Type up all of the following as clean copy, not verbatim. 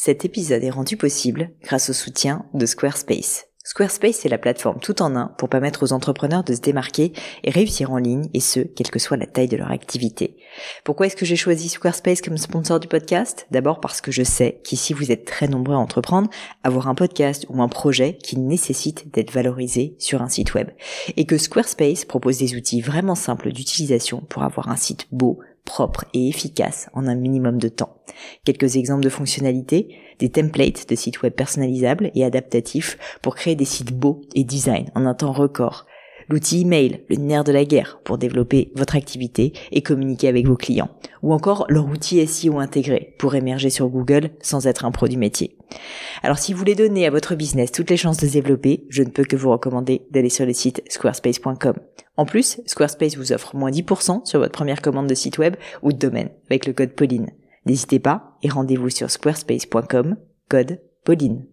Cet épisode est rendu possible grâce au soutien de Squarespace. Squarespace est la plateforme tout en un pour permettre aux entrepreneurs de se démarquer et réussir en ligne, et ce, quelle que soit la taille de leur activité. Pourquoi est-ce que j'ai choisi Squarespace comme sponsor du podcast ? D'abord parce que je sais qu'ici vous êtes très nombreux à entreprendre, avoir un podcast ou un projet qui nécessite d'être valorisé sur un site web. Et que Squarespace propose des outils vraiment simples d'utilisation pour avoir un site beau, propre et efficace en un minimum de temps. Quelques exemples de fonctionnalités, des templates de sites web personnalisables et adaptatifs pour créer des sites beaux et design en un temps record. L'outil email, le nerf de la guerre pour développer votre activité et communiquer avec vos clients. Ou encore leur outil SEO intégré pour émerger sur Google sans être un pro du métier. Alors si vous voulez donner à votre business toutes les chances de se développer, je ne peux que vous recommander d'aller sur le site squarespace.com. En plus, Squarespace vous offre moins 10% sur votre première commande de site web ou de domaine avec le code Pauline. N'hésitez pas et rendez-vous sur squarespace.com, code Pauline.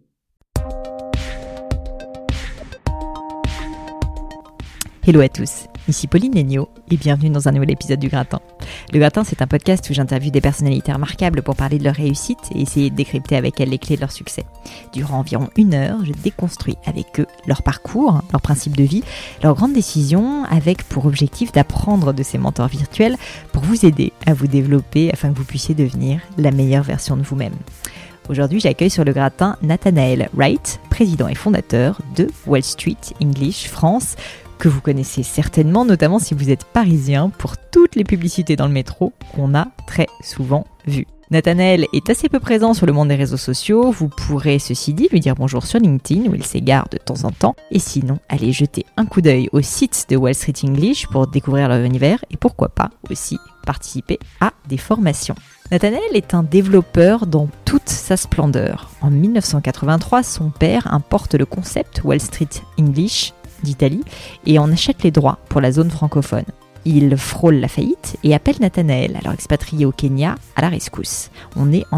Hello à tous, ici Pauline Legnaud et bienvenue dans un nouvel épisode du Gratin. Le Gratin, c'est un podcast où j'interviewe des personnalités remarquables pour parler de leur réussite et essayer de décrypter avec elles les clés de leur succès. Durant environ 1 heure, je déconstruis avec eux leur parcours, leurs principes de vie, leurs grandes décisions, avec pour objectif d'apprendre de ces mentors virtuels pour vous aider à vous développer afin que vous puissiez devenir la meilleure version de vous-même. Aujourd'hui, j'accueille sur le Gratin Nathanael Wright, président et fondateur de Wall Street English France, que vous connaissez certainement, notamment si vous êtes parisien, pour toutes les publicités dans le métro qu'on a très souvent vues. Nathanael est assez peu présent sur le monde des réseaux sociaux, vous pourrez ceci dit lui dire bonjour sur LinkedIn où il s'égare de temps en temps, et sinon allez jeter un coup d'œil au site de Wall Street English pour découvrir leur univers et pourquoi pas aussi participer à des formations. Nathanael est un développeur dans toute sa splendeur. En 1983, son père importe le concept Wall Street English d'Italie et en achète les droits pour la zone francophone. Il frôle la faillite et appelle Nathanael, alors expatrié au Kenya, à la rescousse. On est en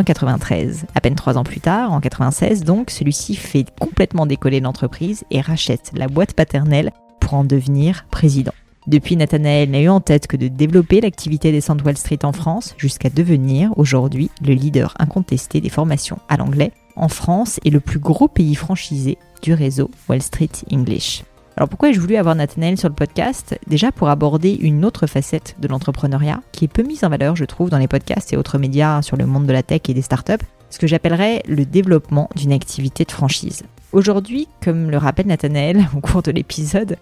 1993. À peine 3 ans plus tard, en 96 donc, celui-ci fait complètement décoller l'entreprise et rachète la boîte paternelle pour en devenir président. Depuis, Nathanael n'a eu en tête que de développer l'activité des centres Wall Street en France jusqu'à devenir aujourd'hui le leader incontesté des formations à l'anglais en France et le plus gros pays franchisé du réseau Wall Street English. Alors pourquoi ai-je voulu avoir Nathanael sur le podcast ? Déjà pour aborder une autre facette de l'entrepreneuriat qui est peu mise en valeur, je trouve, dans les podcasts et autres médias sur le monde de la tech et des startups, ce que j'appellerais le développement d'une activité de franchise. Aujourd'hui, comme le rappelle Nathanael au cours de l'épisode,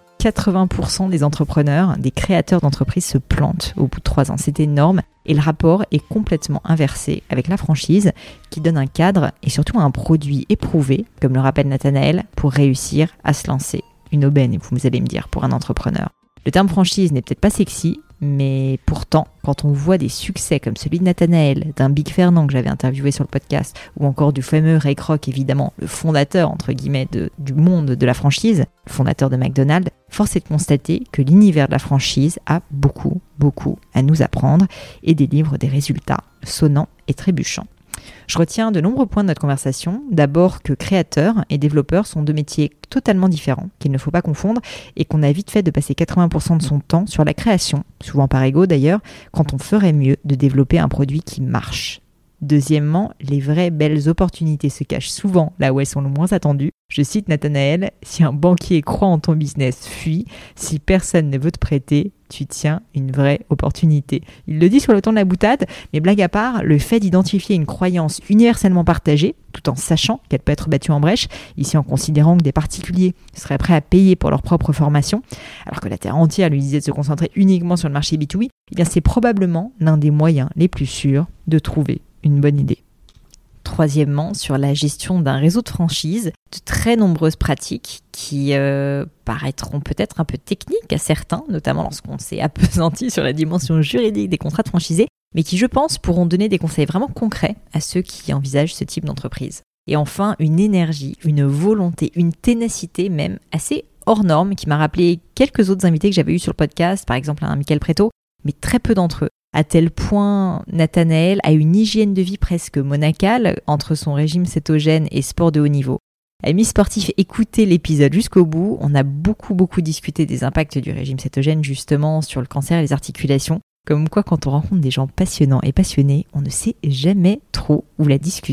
80% des entrepreneurs, des créateurs d'entreprises se plantent au bout de 3 ans. C'est énorme et le rapport est complètement inversé avec la franchise qui donne un cadre et surtout un produit éprouvé, comme le rappelle Nathanael, pour réussir à se lancer. Une aubaine, vous allez me dire, pour un entrepreneur. Le terme franchise n'est peut-être pas sexy, mais pourtant, quand on voit des succès comme celui de Nathanael, d'un Big Fernand que j'avais interviewé sur le podcast, ou encore du fameux Ray Kroc, évidemment, le fondateur, entre guillemets, du monde de la franchise, le fondateur de McDonald's, force est de constater que l'univers de la franchise a beaucoup à nous apprendre et délivre des résultats sonnants et trébuchants. Je retiens de nombreux points de notre conversation. D'abord que créateurs et développeurs sont 2 métiers totalement différents, qu'il ne faut pas confondre, et qu'on a vite fait de passer 80% de son temps sur la création, souvent par ego d'ailleurs, quand on ferait mieux de développer un produit qui marche. Deuxièmement, les vraies belles opportunités se cachent souvent là où elles sont le moins attendues. Je cite Nathanael, « Si un banquier croit en ton business, fuis. Si personne ne veut te prêter, tu tiens une vraie opportunité. » Il le dit sur le ton de la boutade, mais blague à part, le fait d'identifier une croyance universellement partagée, tout en sachant qu'elle peut être battue en brèche, ici en considérant que des particuliers seraient prêts à payer pour leur propre formation, alors que la terre entière lui disait de se concentrer uniquement sur le marché B2B, eh bien c'est probablement l'un des moyens les plus sûrs de trouver une bonne idée. Troisièmement, sur la gestion d'un réseau de franchise, de très nombreuses pratiques qui paraîtront peut-être un peu techniques à certains, notamment lorsqu'on s'est appesanti sur la dimension juridique des contrats de franchisés, mais qui, je pense, pourront donner des conseils vraiment concrets à ceux qui envisagent ce type d'entreprise. Et enfin, une énergie, une volonté, une ténacité même assez hors norme qui m'a rappelé quelques autres invités que j'avais eus sur le podcast, par exemple un Michael Preto, mais très peu d'entre eux. À tel point, Nathanael a une hygiène de vie presque monacale entre son régime cétogène et sport de haut niveau. Amis sportifs, écoutez l'épisode jusqu'au bout. On a beaucoup discuté des impacts du régime cétogène justement sur le cancer et les articulations. Comme quoi, quand on rencontre des gens passionnants et passionnés, on ne sait jamais trop où la discussion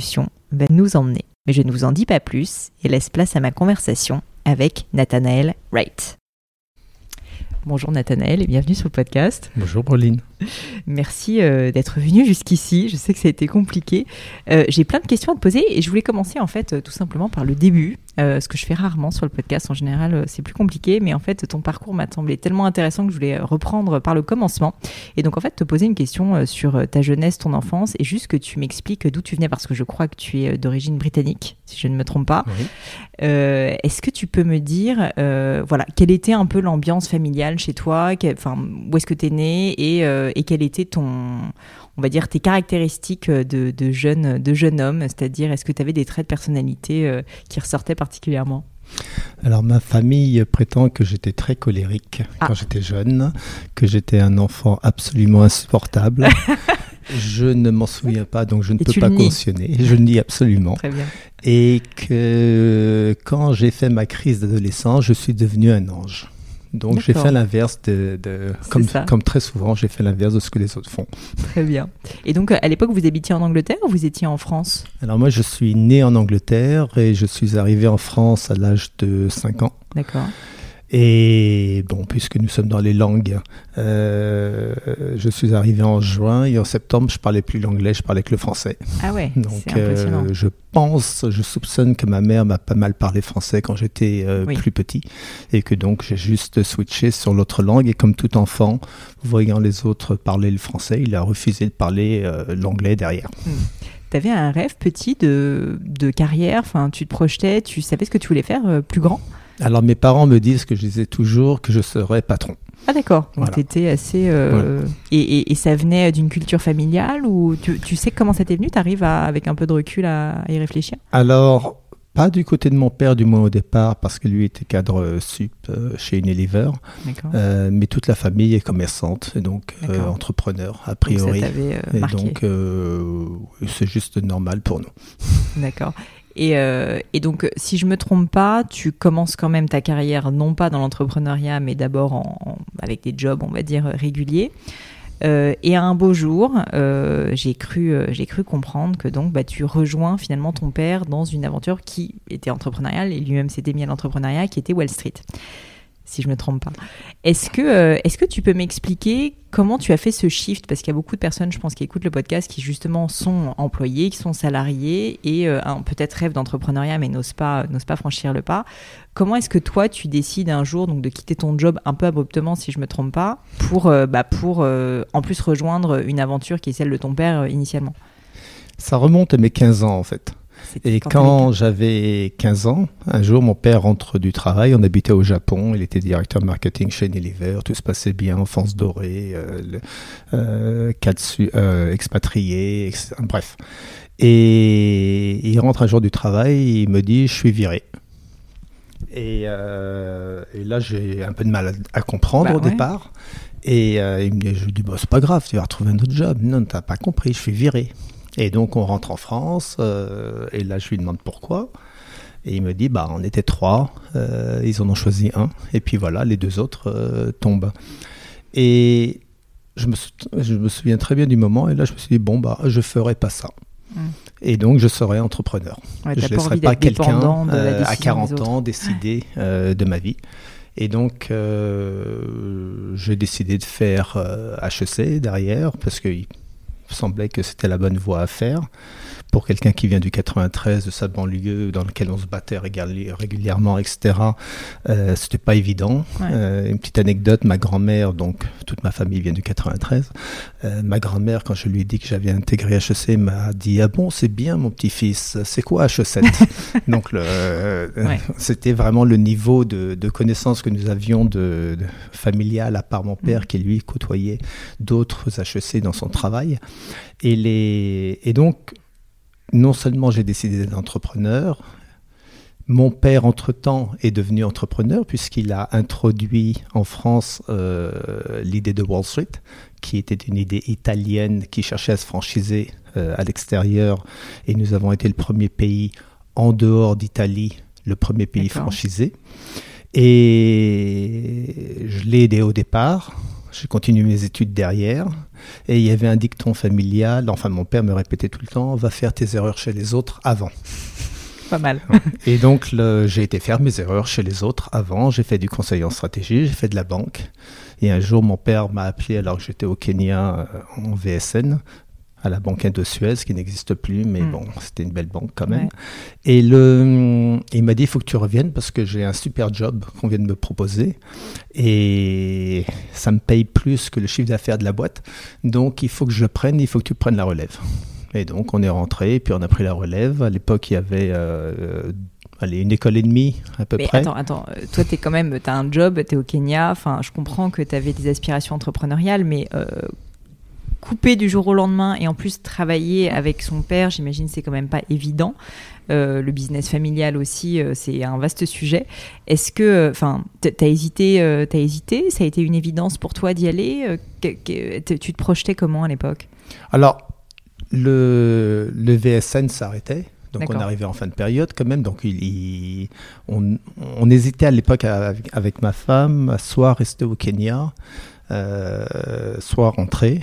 va nous emmener. Mais je ne vous en dis pas plus et laisse place à ma conversation avec Nathanaël Wright. Bonjour Nathanaël et bienvenue sur le podcast. Bonjour Pauline. Merci d'être venu jusqu'ici. Je sais que ça a été compliqué. J'ai plein de questions à te poser et je voulais commencer en fait tout simplement par le début. Ce que je fais rarement sur le podcast. En général, c'est plus compliqué. Mais en fait, ton parcours m'a semblé tellement intéressant que je voulais reprendre par le commencement. Et donc en fait, te poser une question sur ta jeunesse, ton enfance et juste que tu m'expliques d'où tu venais parce que je crois que tu es d'origine britannique, si je ne me trompe pas. Oui. Est-ce que tu peux me dire voilà, quelle était un peu l'ambiance familiale chez toi, où est-ce que tu es né et quel était on va dire tes caractéristiques de jeune homme, c'est-à-dire est-ce que tu avais des traits de personnalité qui ressortaient particulièrement ? Alors ma famille prétend que j'étais très colérique quand j'étais jeune, que j'étais un enfant absolument insupportable. Je ne m'en souviens pas, donc je ne peux pas cautionner. Je le nie absolument. Très bien. Et que quand j'ai fait ma crise d'adolescence, je suis devenu un ange. Donc D'accord. J'ai fait l'inverse comme très souvent, j'ai fait l'inverse de ce que les autres font. Très bien. Et donc à l'époque, vous habitiez en Angleterre ou vous étiez en France ? Alors moi, je suis né en Angleterre et je suis arrivé en France à l'âge de 5 ans. D'accord. Et bon, puisque nous sommes dans les langues, je suis arrivé en juin et en septembre, je parlais plus l'anglais, je parlais que le français. Ah ouais, donc, c'est impressionnant. Je soupçonne que ma mère m'a pas mal parlé français quand j'étais plus petit et que donc j'ai juste switché sur l'autre langue. Et comme tout enfant, voyant les autres parler le français, il a refusé de parler l'anglais derrière. Tu avais un rêve petit de carrière, tu te projetais, tu savais ce que tu voulais faire plus grand ? Alors mes parents me disent que je disais toujours que je serais patron. Ah d'accord, donc voilà. Tu étais assez... Voilà. Et ça venait d'une culture familiale ou tu sais comment ça t'est venu ? Tu arrives avec un peu de recul à y réfléchir ? Alors, pas du côté de mon père du moins au départ, parce que lui était cadre sup chez Unilever. D'accord. Mais toute la famille est commerçante et donc entrepreneur a priori. Donc ça t'avait marqué. Et donc c'est juste normal pour nous. D'accord. Et donc, si je me trompe pas, tu commences quand même ta carrière, non pas dans l'entrepreneuriat, mais d'abord avec des jobs, on va dire, réguliers. Et un beau jour, j'ai cru comprendre que donc, tu rejoins finalement ton père dans une aventure qui était entrepreneuriale, et lui-même s'était mis à l'entrepreneuriat, qui était Wall Street, si je me trompe pas. Est-ce que tu peux m'expliquer comment tu as fait ce shift ? Parce qu'il y a beaucoup de personnes, je pense, qui écoutent le podcast, qui justement sont employés, qui sont salariés et peut-être rêvent d'entrepreneuriat, mais n'osent pas franchir le pas. Comment est-ce que toi, tu décides un jour donc de quitter ton job un peu abruptement, si je me trompe pas, pour en plus rejoindre une aventure qui est celle de ton père initialement ? Ça remonte à mes 15 ans en fait. Et quand j'avais 15 ans, un jour, mon père rentre du travail. On habitait au Japon. Il était directeur marketing chez Unilever. Tout se passait bien, enfance dorée, expatrié, etc. Bref. Et il rentre un jour du travail. Il me dit, je suis viré. Et là, j'ai un peu de mal à comprendre au départ. Et je lui dis, c'est pas grave, tu vas retrouver un autre job. Non, t'as pas compris, je suis viré. Et donc on rentre en France et là je lui demande pourquoi et il me dit on était 3, ils en ont choisi un et puis voilà les 2 autres tombent. Et je me souviens très bien du moment et là je me suis dit je ferai pas ça. Et donc je serai entrepreneur. Je ne laisserai pas quelqu'un à 40 ans décider de ma vie. Et donc j'ai décidé de faire HEC derrière parce que semblait que c'était la bonne voie à faire pour quelqu'un qui vient du 93, de sa banlieue dans laquelle on se battait régulièrement, etc. C'était pas évident. Une petite anecdote, ma grand-mère, donc toute ma famille vient du 93, ma grand-mère, quand je lui ai dit que j'avais intégré HEC, m'a dit « Ah bon, c'est bien mon petit-fils, c'est quoi HEC ?» Donc c'était vraiment le niveau de connaissance que nous avions de familial, à part mon père qui lui côtoyait d'autres HEC dans son travail. Et donc, non seulement j'ai décidé d'être entrepreneur, mon père, entre-temps, est devenu entrepreneur puisqu'il a introduit en France l'idée de Wall Street, qui était une idée italienne qui cherchait à se franchiser à l'extérieur. Et nous avons été le premier pays en dehors d'Italie, le premier pays franchisé. Et je l'ai aidé au départ. J'ai continué mes études derrière. Et il y avait un dicton familial. Enfin, mon père me répétait tout le temps, va faire tes erreurs chez les autres avant. Pas mal. Et donc, j'ai été faire mes erreurs chez les autres avant. J'ai fait du conseil en stratégie, j'ai fait de la banque. Et un jour, mon père m'a appelé alors que j'étais au Kenya en VSN, à la banque Indo-Suez, qui n'existe plus, mais bon, c'était une belle banque quand même. Ouais. Et il m'a dit, il faut que tu reviennes parce que j'ai un super job qu'on vient de me proposer. Et ça me paye plus que le chiffre d'affaires de la boîte. Donc, il faut que je le prenne, il faut que tu prennes la relève. Et donc, on est rentré, et puis on a pris la relève. À l'époque, il y avait une école et demie, à peu près. Attends, toi, t'as un job, t'es au Kenya. Enfin, je comprends que t'avais des aspirations entrepreneuriales, mais couper du jour au lendemain et en plus travailler avec son père, j'imagine c'est quand même pas évident. Le business familial aussi, c'est un vaste sujet. Est-ce que, t'as hésité, ça a été une évidence pour toi d'y aller? Tu te projetais comment à l'époque? Alors, le VSN s'arrêtait. Donc on arrivait en fin de période quand même, donc on hésitait à l'époque avec ma femme, soit rester au Kenya, soit rentrer.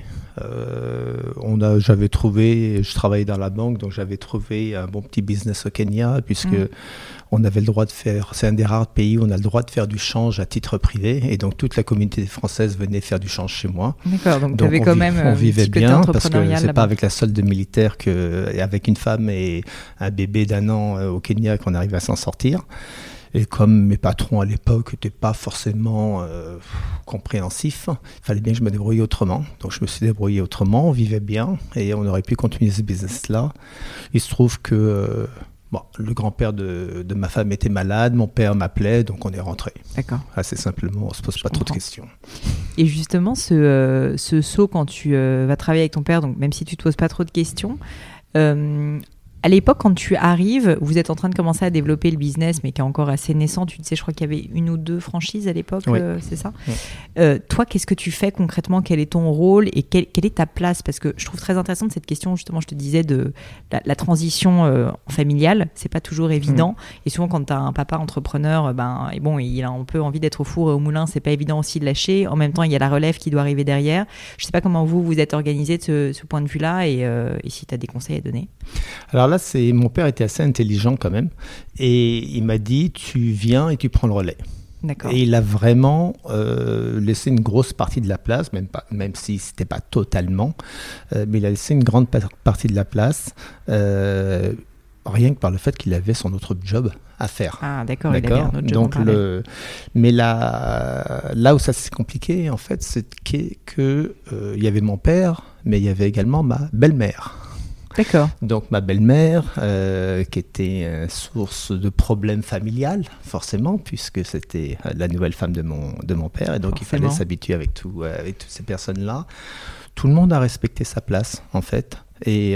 Je travaillais dans la banque, donc j'avais trouvé un bon petit business au Kenya, puisque on avait le droit de faire, c'est un des rares pays où on a le droit de faire du change à titre privé, et donc toute la communauté française venait faire du change chez moi. D'accord, donc tu avais quand même on vivait bien, parce que c'est pas avec la solde militaire et avec une femme et un bébé d'1 an au Kenya qu'on arrive à s'en sortir. Et comme mes patrons à l'époque n'étaient pas forcément compréhensifs, il fallait bien que je me débrouille autrement. Donc je me suis débrouillé autrement, on vivait bien et on aurait pu continuer ce business-là. Il se trouve que le grand-père de ma femme était malade, mon père m'appelait, donc on est rentré. D'accord. Assez simplement, on ne se pose pas trop de questions. Et justement, ce saut quand tu vas travailler avec ton père, donc même si tu ne te poses pas trop de questions, à l'époque, quand tu arrives, vous êtes en train de commencer à développer le business, mais qui est encore assez naissant. Tu sais, je crois qu'il y avait 1 ou 2 franchises à l'époque, oui. C'est ça ? Oui. Toi, qu'est-ce que tu fais concrètement ? Quel est ton rôle et quelle est ta place ? Parce que je trouve très intéressante cette question, justement, je te disais, de la transition familiale. C'est pas toujours évident. Et souvent, quand tu as un papa entrepreneur, il a un peu envie d'être au four et au moulin. C'est pas évident aussi de lâcher. En même temps, il y a la relève qui doit arriver derrière. Je sais pas comment vous êtes organisé de ce point de vue-là et si tu as des conseils à donner. Alors là, mon père était assez intelligent quand même, et il m'a dit, tu viens et tu prends le relais. D'accord. Et il a vraiment laissé une grosse partie de la place, même si c'était pas totalement, mais il a laissé une grande partie de la place, rien que par le fait qu'il avait son autre job à faire. Ah d'accord, il avait un autre job. Donc mais là où ça s'est compliqué, en fait, c'est que il y avait mon père, mais il y avait également ma belle-mère. D'accord. Donc ma belle-mère, qui était source de problèmes familiales, forcément, puisque c'était la nouvelle femme de mon père, et donc forcément. Il fallait s'habituer avec toutes ces personnes-là. Tout le monde a respecté sa place, en fait. Et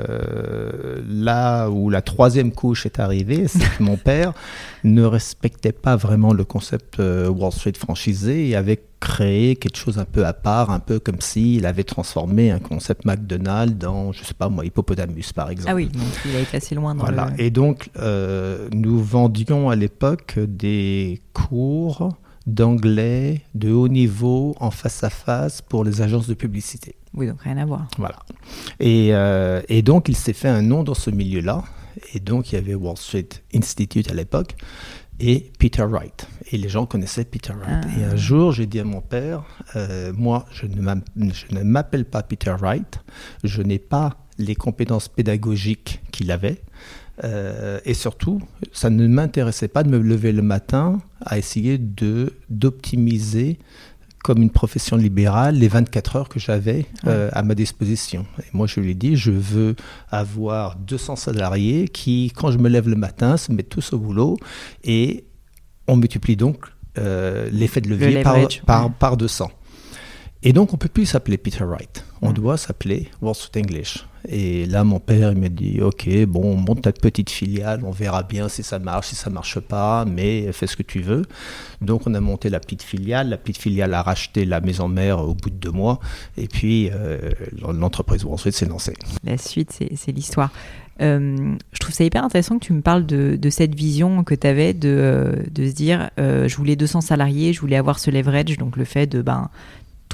là où la 3e couche est arrivée, c'est que mon père ne respectait pas vraiment le concept Wall Street franchisé et avait créé quelque chose un peu à part, un peu comme s'il avait transformé un concept McDonald's dans, je sais pas moi, Hippopotamus par exemple. Ah oui, donc il a été assez loin dans voilà. Et donc nous vendions à l'époque des cours d'anglais de haut niveau en face à face pour les agences de publicité. Oui, donc rien à voir. Voilà. Et donc, il s'est fait un nom dans ce milieu-là. Et donc, il y avait Wall Street Institute à l'époque et Peter Wright. Et les gens connaissaient Peter Wright. Et un jour, j'ai dit à mon père, moi, je ne m'appelle pas Peter Wright. Je n'ai pas les compétences pédagogiques qu'il avait. Et surtout, ça ne m'intéressait pas de me lever le matin à essayer d'optimiser comme une profession libérale les 24 heures que j'avais à ma disposition. Et moi, je lui ai dit, je veux avoir 200 salariés qui, quand je me lève le matin, se mettent tous au boulot et on multiplie donc l'effet de levier par 200. Et donc, on ne peut plus s'appeler Peter Wright. On doit s'appeler Wall Street English. Et là, mon père, il m'a dit, OK, bon, monte ta petite filiale, on verra bien si ça marche pas, mais fais ce que tu veux. Donc, on a monté la petite filiale. La petite filiale a racheté la maison mère au bout de 2 mois. Et puis, l'entreprise Wall Street s'est lancée. La suite, c'est l'histoire. Je trouve ça hyper intéressant que tu me parles de cette vision que tu avais de se dire, je voulais 200 salariés, je voulais avoir ce leverage, donc le fait de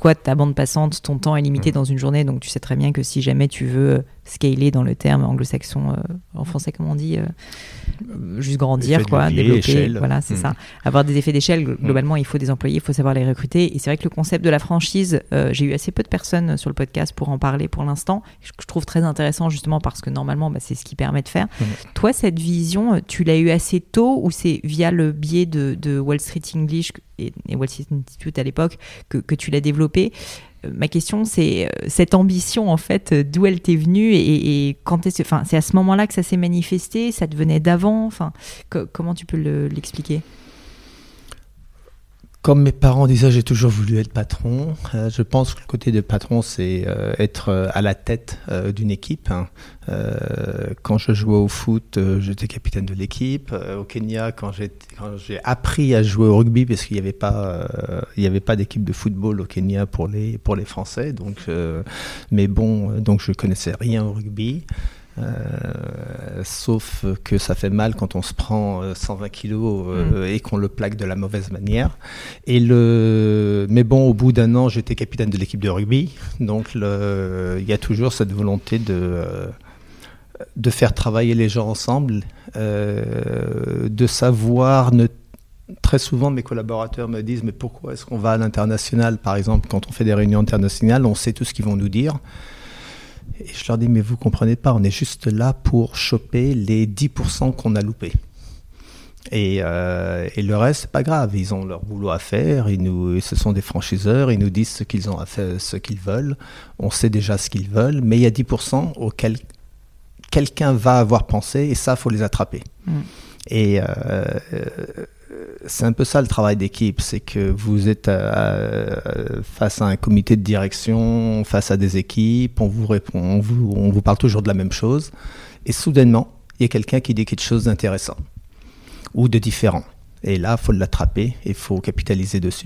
toi, ta bande passante, ton temps est limité dans une journée, donc tu sais très bien que si jamais tu veux scaler dans le terme anglo-saxon, en français, comment on dit, juste grandir, quoi, levier, développer, échelle. voilà, c'est ça. Avoir des effets d'échelle, globalement, il faut des employés, il faut savoir les recruter. Et c'est vrai que le concept de la franchise, j'ai eu assez peu de personnes sur le podcast pour en parler pour l'instant. Je trouve très intéressant justement parce que normalement, c'est ce qui permet de faire. Toi, cette vision, tu l'as eu assez tôt ou c'est via le biais de Wall Street English et Wall Street Institute à l'époque que tu l'as développé? Ma question, c'est cette ambition, en fait, d'où elle t'est venue et quand c'est à ce moment-là que ça s'est manifesté, ça te venait d'avant, comment tu peux l'expliquer? Comme mes parents disaient, j'ai toujours voulu être patron. Je pense que le côté de patron, c'est être à la tête d'une équipe. Quand je jouais au foot, j'étais capitaine de l'équipe. Au Kenya, quand j'ai appris à jouer au rugby, parce qu'il n'y avait pas d'équipe de football au Kenya pour les Français. Donc je connaissais rien au rugby. Sauf que ça fait mal quand on se prend 120 kilos et qu'on le plaque de la mauvaise manière. Mais bon, au bout d'un an, j'étais capitaine de l'équipe de rugby. Donc il y a toujours cette volonté de faire travailler les gens ensemble, de savoir. Très souvent, mes collaborateurs me disent « Mais pourquoi est-ce qu'on va à l'international ?» Par exemple, quand on fait des réunions internationales, on sait tout ce qu'ils vont nous dire. Et je leur dis, mais vous ne comprenez pas, on est juste là pour choper les 10% qu'on a loupés. Et le reste, c'est pas grave, ils ont leur boulot à faire, ce sont des franchiseurs, ils nous disent ce qu'ils ont à faire, ce qu'ils veulent, on sait déjà ce qu'ils veulent, mais il y a 10% auxquels quelqu'un va avoir pensé, et ça, il faut les attraper. Et c'est un peu ça le travail d'équipe, c'est que vous êtes face à un comité de direction, face à des équipes, on vous répond, on vous parle toujours de la même chose, et soudainement, il y a quelqu'un qui dit quelque chose d'intéressant ou de différent. Et là, il faut l'attraper et il faut capitaliser dessus.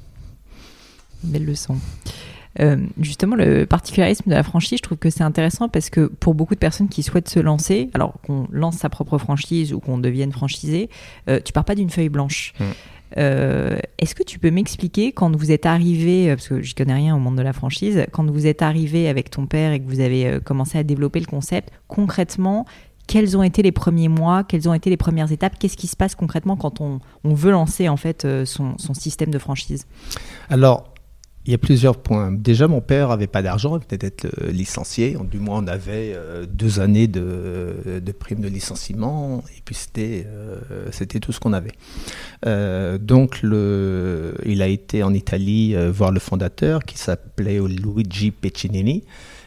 Belle leçon. Justement, le particularisme de la franchise, je trouve que c'est intéressant parce que pour beaucoup de personnes qui souhaitent se lancer, alors qu'on lance sa propre franchise ou qu'on devienne franchisé, tu pars pas d'une feuille blanche. Est-ce que tu peux m'expliquer quand vous êtes arrivé, parce que je connais rien au monde de la franchise, quand vous êtes arrivé avec ton père et que vous avez commencé à développer le concept, concrètement, quels ont été les premiers mois, quelles ont été les premières étapes, qu'est-ce qui se passe concrètement quand on veut lancer en fait son système de franchise? Alors, il y a plusieurs points. Déjà, mon père n'avait pas d'argent, il venait d'être licencié. Du moins, on avait 2 années de prime de licenciement, et puis c'était tout ce qu'on avait. Donc, il a été en Italie voir le fondateur, qui s'appelait Luigi Peccinini.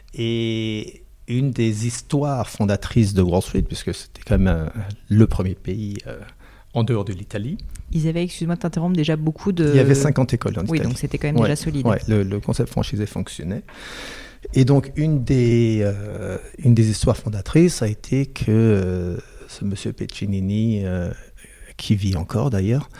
Et une des histoires fondatrices de Growth Suite, puisque c'était quand même le premier pays en dehors de l'Italie. Ils avaient, excuse-moi de t'interrompre, déjà beaucoup de... Il y avait 50 écoles en Italie. Oui, donc c'était quand même déjà solide. Ouais, le concept franchisé fonctionnait. Et donc, une des histoires fondatrices a été que ce monsieur Peccinini, qui vit encore d'ailleurs,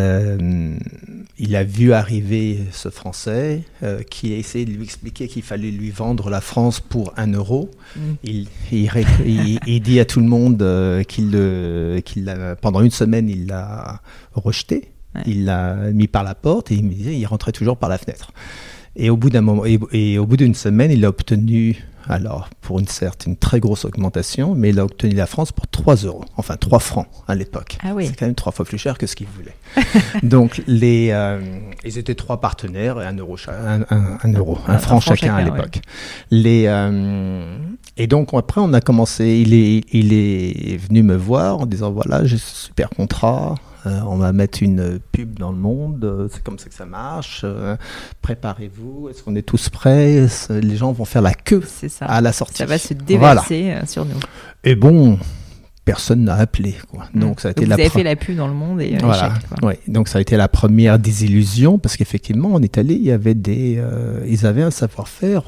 il a vu arriver ce Français qui a essayé de lui expliquer qu'il fallait lui vendre la France pour 1 euro. Il dit à tout le monde pendant 1 semaine, il l'a rejeté. Ouais. Il l'a mis par la porte et il me disait il rentrait toujours par la fenêtre. Et au bout d'un moment, et au bout d'1 semaine, il a obtenu, alors pour une très grosse augmentation, mais il a obtenu la France pour 3 euros, enfin 3 francs à l'époque. Ah oui. C'est quand même 3 fois plus cher que ce qu'il voulait. Donc ils étaient 3 partenaires et 1 euro, un franc chacun à l'époque. Ouais. Et donc après on a commencé, il est venu me voir en disant voilà j'ai ce super contrat. On va mettre une pub dans le monde, c'est comme ça que ça marche, préparez-vous, est-ce qu'on est tous prêts, les gens vont faire la queue à la sortie. Ça va se déverser sur nous. Et bon, personne n'a appelé, quoi. Donc ça a été vous avez fait la pub dans le monde et voilà. Échec, quoi. Ouais. Donc ça a été la première désillusion, parce qu'effectivement en Italie, il y avait ils avaient un savoir-faire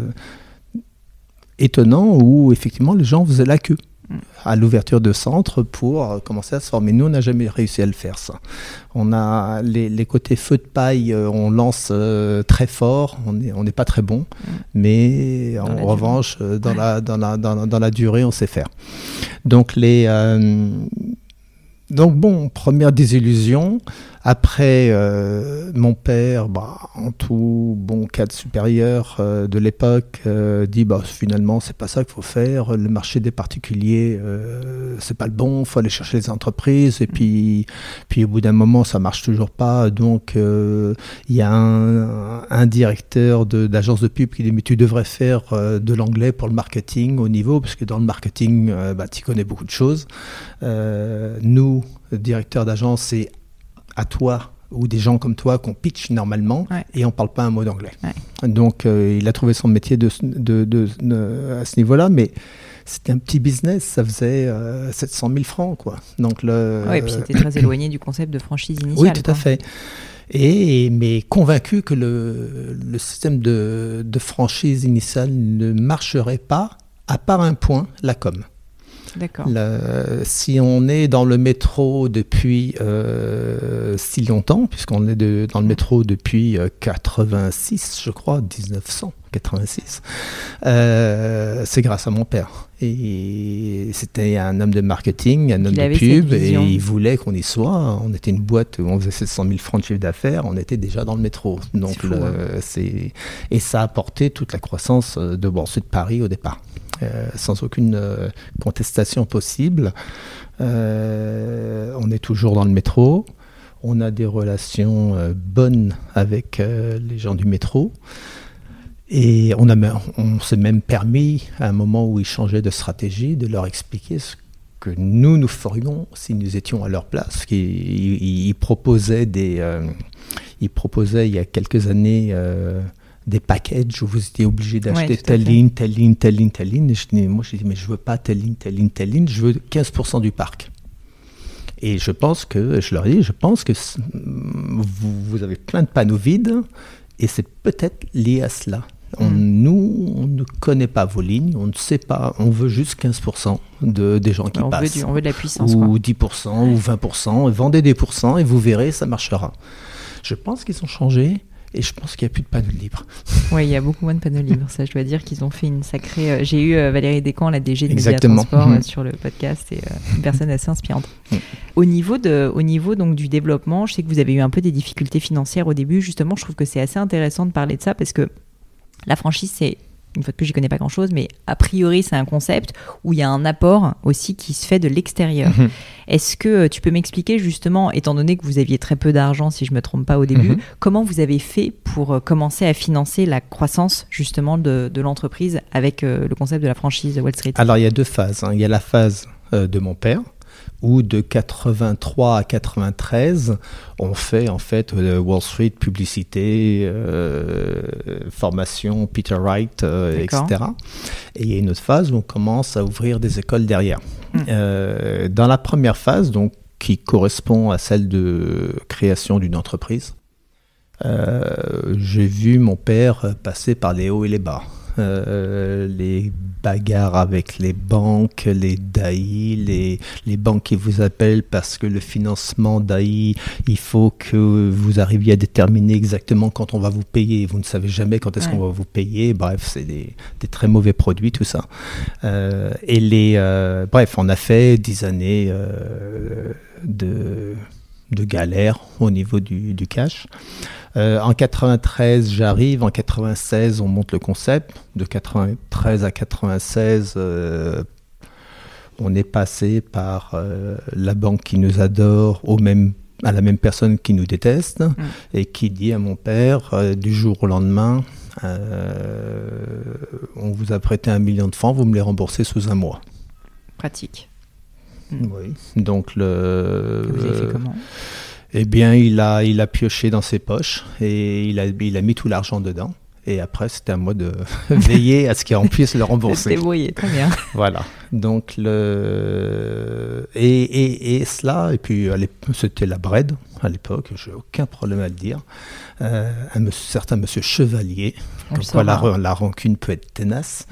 étonnant où effectivement les gens faisaient la queue à l'ouverture de centres pour commencer à se former. Nous, on n'a jamais réussi à le faire, ça. On a les côtés feu de paille, on lance très fort, on n'est pas très bon, mais en revanche, dans la durée, on sait faire. Donc, Donc bon, première désillusion. Après, mon père, en tout bon cadre supérieur de l'époque, dit finalement c'est pas ça qu'il faut faire. Le marché des particuliers, c'est pas le bon. Faut aller chercher les entreprises. Et puis au bout d'un moment, ça marche toujours pas. Donc il y a un directeur d'agence de pub qui dit mais tu devrais faire de l'anglais pour le marketing au niveau, parce que dans le marketing, tu connais beaucoup de choses. Nous, directeurs d'agence, c'est à toi ou des gens comme toi qu'on pitch normalement, et on parle pas un mot d'anglais. Donc il a trouvé son métier à ce niveau-là, mais c'était un petit business, ça faisait 700 000 francs, quoi. Donc et puis c'était très éloigné du concept de franchise initiale. Oui, tout à fait. Mais convaincu que le système de franchise initiale ne marcherait pas, à part un point, la com. D'accord. Si on est dans le métro depuis si longtemps, puisqu'on est dans le métro depuis 86, je crois, 1986, c'est grâce à mon père. Et c'était un homme de marketing, un homme de pub, et il voulait qu'on y soit. On était une boîte où on faisait 700 000 francs de chiffre d'affaires, on était déjà dans le métro. Donc, et ça a apporté toute la croissance de Bourse de Paris au départ. Sans aucune contestation possible. On est toujours dans le métro. On a des relations bonnes avec les gens du métro. Et on s'est même permis, à un moment où ils changeaient de stratégie, de leur expliquer ce que nous ferions si nous étions à leur place. Ils proposaient il y a quelques années des packages où vous étiez obligé d'acheter telle ligne. Et moi, je dis, mais je veux pas telle ligne, je veux 15% du parc. Et je leur dis, je pense que vous avez plein de panneaux vides, et c'est peut-être lié à cela. Nous, on ne connaît pas vos lignes, on ne sait pas, on veut juste 15% des gens qui passent. On veut de la puissance. Ou 10%, ou 20%, vendez des pourcents et vous verrez, ça marchera. Je pense qu'ils ont changé. Et je pense qu'il n'y a plus de panneaux libres. Oui, il y a beaucoup moins de panneaux libres. Ça, je dois dire qu'ils ont fait une sacrée... J'ai eu Valérie Descamps, la DG de Média Transport, sur le podcast, et une personne assez inspirante. Au niveau donc, du développement, je sais que vous avez eu un peu des difficultés financières au début. Justement, je trouve que c'est assez intéressant de parler de ça, parce que la franchise, c'est... Une fois de plus, j'y connais pas grand-chose, mais a priori, c'est un concept où il y a un apport aussi qui se fait de l'extérieur. Est-ce que tu peux m'expliquer justement, étant donné que vous aviez très peu d'argent, si je me trompe pas au début, comment vous avez fait pour commencer à financer la croissance justement de l'entreprise avec le concept de la franchise Wall Street? Alors, il y a deux phases. Il y a la phase de mon père, où de 83 à 93, on fait en fait Wall Street, publicité, formation, Peter Wright, etc. Et il y a une autre phase où on commence à ouvrir des écoles derrière. Dans la première phase, donc, qui correspond à celle de création d'une entreprise, j'ai vu mon père passer par les hauts et les bas. Les bagarres avec les banques, les DAI, les banques qui vous appellent parce que le financement DAI, il faut que vous arriviez à déterminer exactement quand on va vous payer. Vous ne savez jamais quand est-ce qu'on va vous payer. Bref, c'est des très mauvais produits, tout ça. Bref, on a fait 10 années de galère au niveau du cash. En 93, j'arrive. En 96, on monte le concept. De 93 à 96, on est passé par la banque qui nous adore à la même personne qui nous déteste et qui dit à mon père, du jour au lendemain, on vous a prêté 1 million de francs, vous me les remboursez sous 1 mois. Pratique. Oui. Donc vous avez fait comment ? Eh bien, il a pioché dans ses poches et il a mis tout l'argent dedans. Et après, c'était à moi de veiller à ce qu'on puisse le rembourser. C'est débrouillé, très bien. Voilà. Donc, et cela, et puis c'était la Bred à l'époque, j'ai aucun problème à le dire. Un certain monsieur Chevalier, comme quoi la rancune peut être tenace,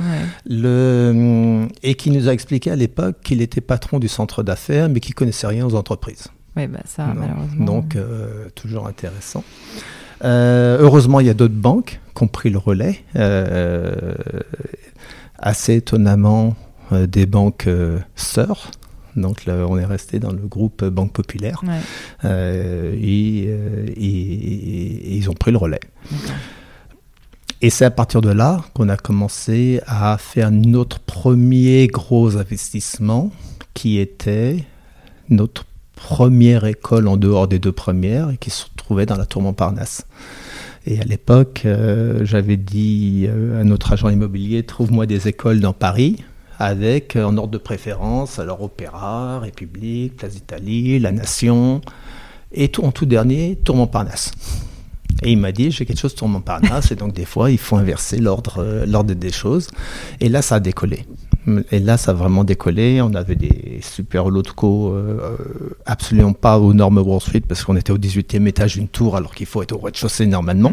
et qui nous a expliqué à l'époque qu'il était patron du centre d'affaires, mais qu'il ne connaissait rien aux entreprises. Oui, ça, malheureusement. Donc, toujours intéressant. Heureusement, il y a d'autres banques qui ont pris le relais. Assez étonnamment, des banques sœurs, Donc on est resté dans le groupe Banque Populaire. Et ils ont pris le relais. D'accord. Et c'est à partir de là qu'on a commencé à faire notre premier gros investissement, qui était notre première école en dehors des deux premières et qui se trouvait dans la Tour Montparnasse. Et à l'époque, j'avais dit à notre agent immobilier, trouve-moi des écoles dans Paris avec, en ordre de préférence, alors Opéra, République, Place d'Italie, La Nation, et en tout dernier, Tour Montparnasse. Et il m'a dit, j'ai quelque chose Tour Montparnasse, et donc des fois, il faut inverser l'ordre des choses. Et là, ça a décollé. Et là, ça a vraiment décollé. On avait des super locaux, absolument pas aux normes Wall Street, parce qu'on était au 18e étage d'une tour, alors qu'il faut être au rez-de-chaussée normalement.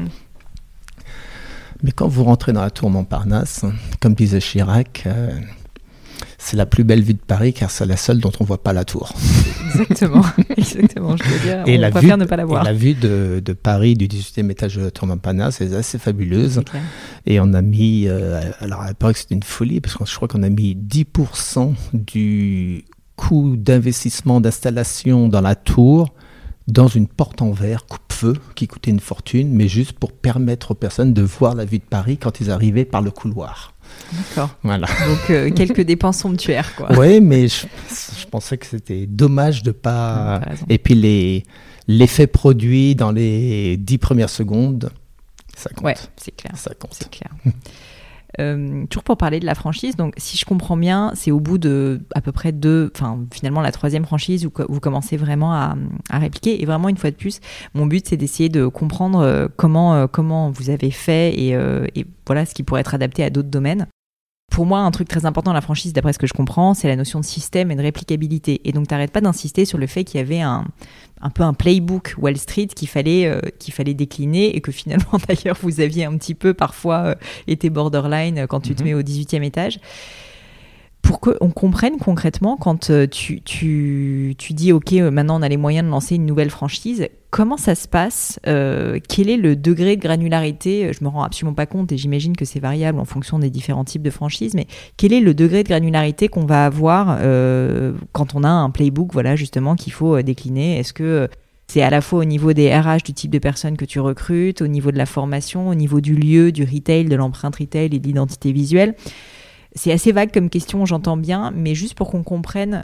Mais quand vous rentrez dans la Tour Montparnasse, comme disait Chirac, c'est la plus belle vue de Paris, car c'est la seule dont on ne voit pas la tour. Exactement, je veux dire, on préfère ne pas la voir. Et la vue de Paris, du 18e étage de la Tour Montparnasse, est assez fabuleuse. Et on a mis, alors à l'époque c'était une folie, parce que je crois qu'on a mis 10% du coût d'investissement, d'installation dans la tour, dans une porte en verre coupe-feu, qui coûtait une fortune, mais juste pour permettre aux personnes de voir la vue de Paris quand ils arrivaient par le couloir. D'accord. Voilà. Donc quelques dépenses somptuaires, quoi. Oui, mais je pensais que c'était dommage de pas. Et puis l'effet produit dans les 10 premières secondes, ça compte. Ouais, c'est clair. Ça compte. C'est clair. Toujours pour parler de la franchise, donc si je comprends bien, c'est au bout de à peu près finalement la 3e franchise où vous commencez vraiment à répliquer. Et vraiment, une fois de plus, mon but, c'est d'essayer de comprendre comment vous avez fait et voilà ce qui pourrait être adapté à d'autres domaines. Pour moi, un truc très important dans la franchise, d'après ce que je comprends, c'est la notion de système et de réplicabilité. Et donc, t'arrêtes pas d'insister sur le fait qu'il y avait un peu un playbook Wall Street qu'il fallait décliner, et que finalement, d'ailleurs, vous aviez un petit peu parfois été borderline quand tu te mets au 18e étage. Pour qu'on comprenne concrètement, quand tu dis « Ok, maintenant on a les moyens de lancer une nouvelle franchise », comment ça se passe ? Quel est le degré de granularité ? Je me rends absolument pas compte, et j'imagine que c'est variable en fonction des différents types de franchises, mais quel est le degré de granularité qu'on va avoir quand on a un playbook, voilà, justement, qu'il faut décliner ? Est-ce que c'est à la fois au niveau des RH, du type de personnes que tu recrutes, au niveau de la formation, au niveau du lieu, du retail, de l'empreinte retail et de l'identité visuelle ? C'est assez vague comme question, j'entends bien, mais juste pour qu'on comprenne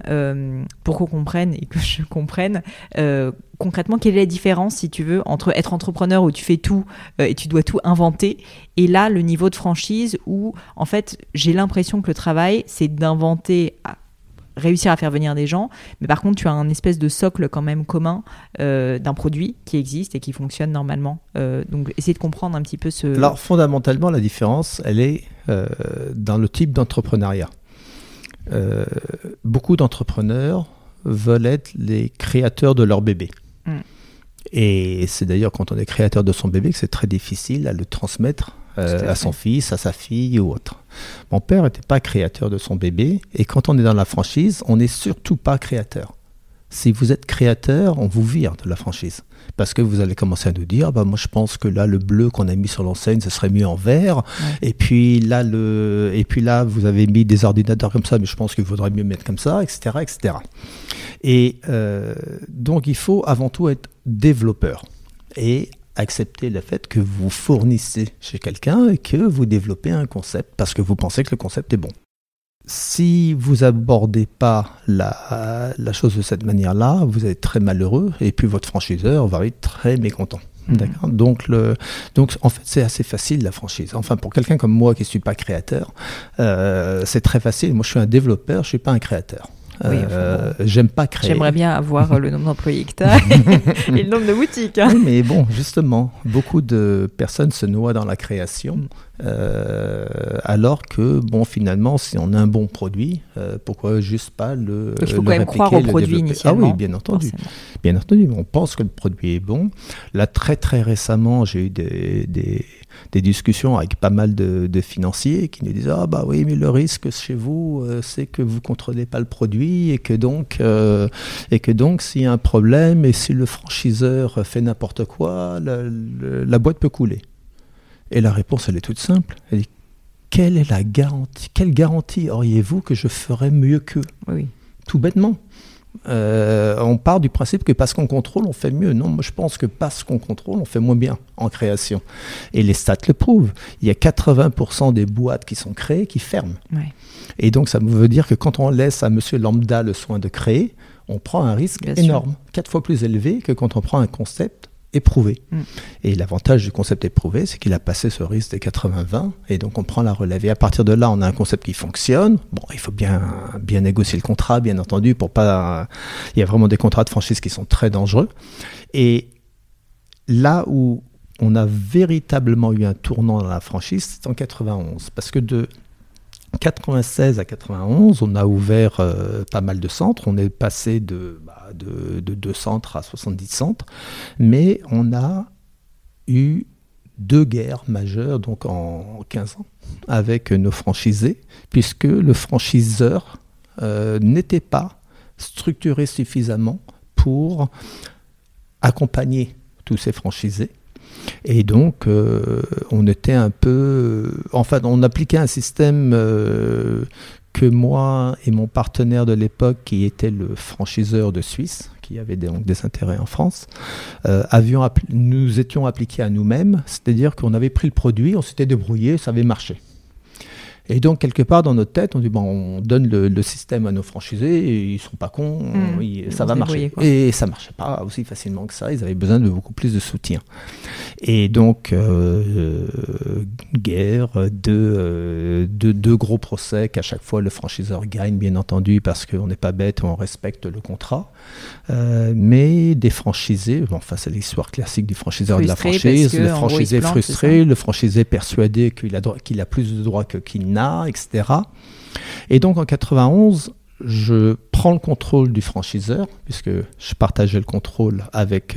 et que je comprenne concrètement quelle est la différence, si tu veux, entre être entrepreneur où tu fais tout et tu dois tout inventer, et là, le niveau de franchise où, en fait, j'ai l'impression que le travail, c'est d'inventer, réussir à faire venir des gens, mais par contre, tu as un espèce de socle quand même commun d'un produit qui existe et qui fonctionne normalement. Donc, essayer de comprendre un petit peu ce... Alors, fondamentalement, la différence, elle est dans le type d'entrepreneuriat. Beaucoup d'entrepreneurs veulent être les créateurs de leur bébé. Et c'est d'ailleurs quand on est créateur de son bébé que c'est très difficile à le transmettre à son fils, à sa fille ou autre. Mon père n'était pas créateur de son bébé, et quand on est dans la franchise, on n'est surtout pas créateur. Si vous êtes créateur, on vous vire de la franchise. Parce que vous allez commencer à nous dire, moi je pense que là, le bleu qu'on a mis sur l'enseigne, ce serait mieux en vert. Ouais. Et puis là, vous avez mis des ordinateurs comme ça, mais je pense qu'il faudrait mieux mettre comme ça, etc., etc. Et donc, il faut avant tout être développeur. Et accepter le fait que vous fournissez chez quelqu'un et que vous développez un concept parce que vous pensez que le concept est bon. Si vous abordez pas la chose de cette manière-là, vous êtes très malheureux et puis votre franchiseur va être très mécontent. D'accord. Donc en fait c'est assez facile la franchise. Enfin pour quelqu'un comme moi qui suis pas créateur, c'est très facile. Moi je suis un développeur, je suis pas un créateur. Oui, j'aime pas créer. J'aimerais bien avoir le nombre d'employés que tu as et le nombre de boutiques. Hein. Oui, mais bon, justement, beaucoup de personnes se noient dans la création, alors que, finalement, si on a un bon produit, pourquoi juste pas le Il faut quand même croire au produit initialement. Ah oui, bien entendu. Forcément. Bien entendu, on pense que le produit est bon. Là, très très récemment, j'ai eu des discussions avec pas mal de financiers qui nous disaient « Ah bah oui, mais le risque chez vous, c'est que vous ne contrôlez pas le produit et que donc s'il y a un problème et si le franchiseur fait n'importe quoi, la boîte peut couler. » Et la réponse, elle est toute simple. Elle dit « Quelle est la garantie ? Quelle garantie auriez-vous que je ferais mieux qu'eux ?» Oui. tout bêtement. On part du principe que parce qu'on contrôle, on fait mieux. Non, moi je pense que parce qu'on contrôle, on fait moins bien en création. Et les stats le prouvent. Il y a 80% des boîtes qui sont créées qui ferment. Ouais. Et donc ça veut dire que quand on laisse à monsieur lambda le soin de créer, on prend un risque énorme, 4 fois plus élevé que quand on prend un concept éprouvé. Et l'avantage du concept éprouvé, c'est qu'il a passé ce risque des 80-20, et donc on prend la relève. Et à partir de là, on a un concept qui fonctionne. Bon, il faut bien négocier le contrat, bien entendu, pour pas... Il y a vraiment des contrats de franchise qui sont très dangereux. Et là où on a véritablement eu un tournant dans la franchise, c'est en 91. Parce que de 96 à 91, on a ouvert pas mal de centres. On est passé de 2 centres à 70 centres. Mais on a eu 2 guerres majeures donc en 15 ans avec nos franchisés, puisque le franchiseur n'était pas structuré suffisamment pour accompagner tous ces franchisés. Et donc, on était un peu... on appliquait un système que moi et mon partenaire de l'époque, qui était le franchiseur de Suisse, qui avait donc des intérêts en France, nous étions appliqués à nous-mêmes, c'est-à-dire qu'on avait pris le produit, on s'était débrouillé, ça avait marché. Et donc, quelque part dans notre tête, on dit, on donne le système à nos franchisés, et ils ne sont pas cons, ça va marcher. Quoi. Et ça ne marchait pas aussi facilement que ça, ils avaient besoin de beaucoup plus de soutien. Et donc, guerre, deux gros procès qu'à chaque fois le franchiseur gagne, bien entendu, parce qu'on n'est pas bête, on respecte le contrat. Mais des franchisés, c'est l'histoire classique du franchiseur et de la franchise, le franchisé frustré, le franchisé persuadé qu'il a plus de droits qu'il n'a, etc. Et donc en 91, je prends le contrôle du franchiseur, puisque je partageais le contrôle avec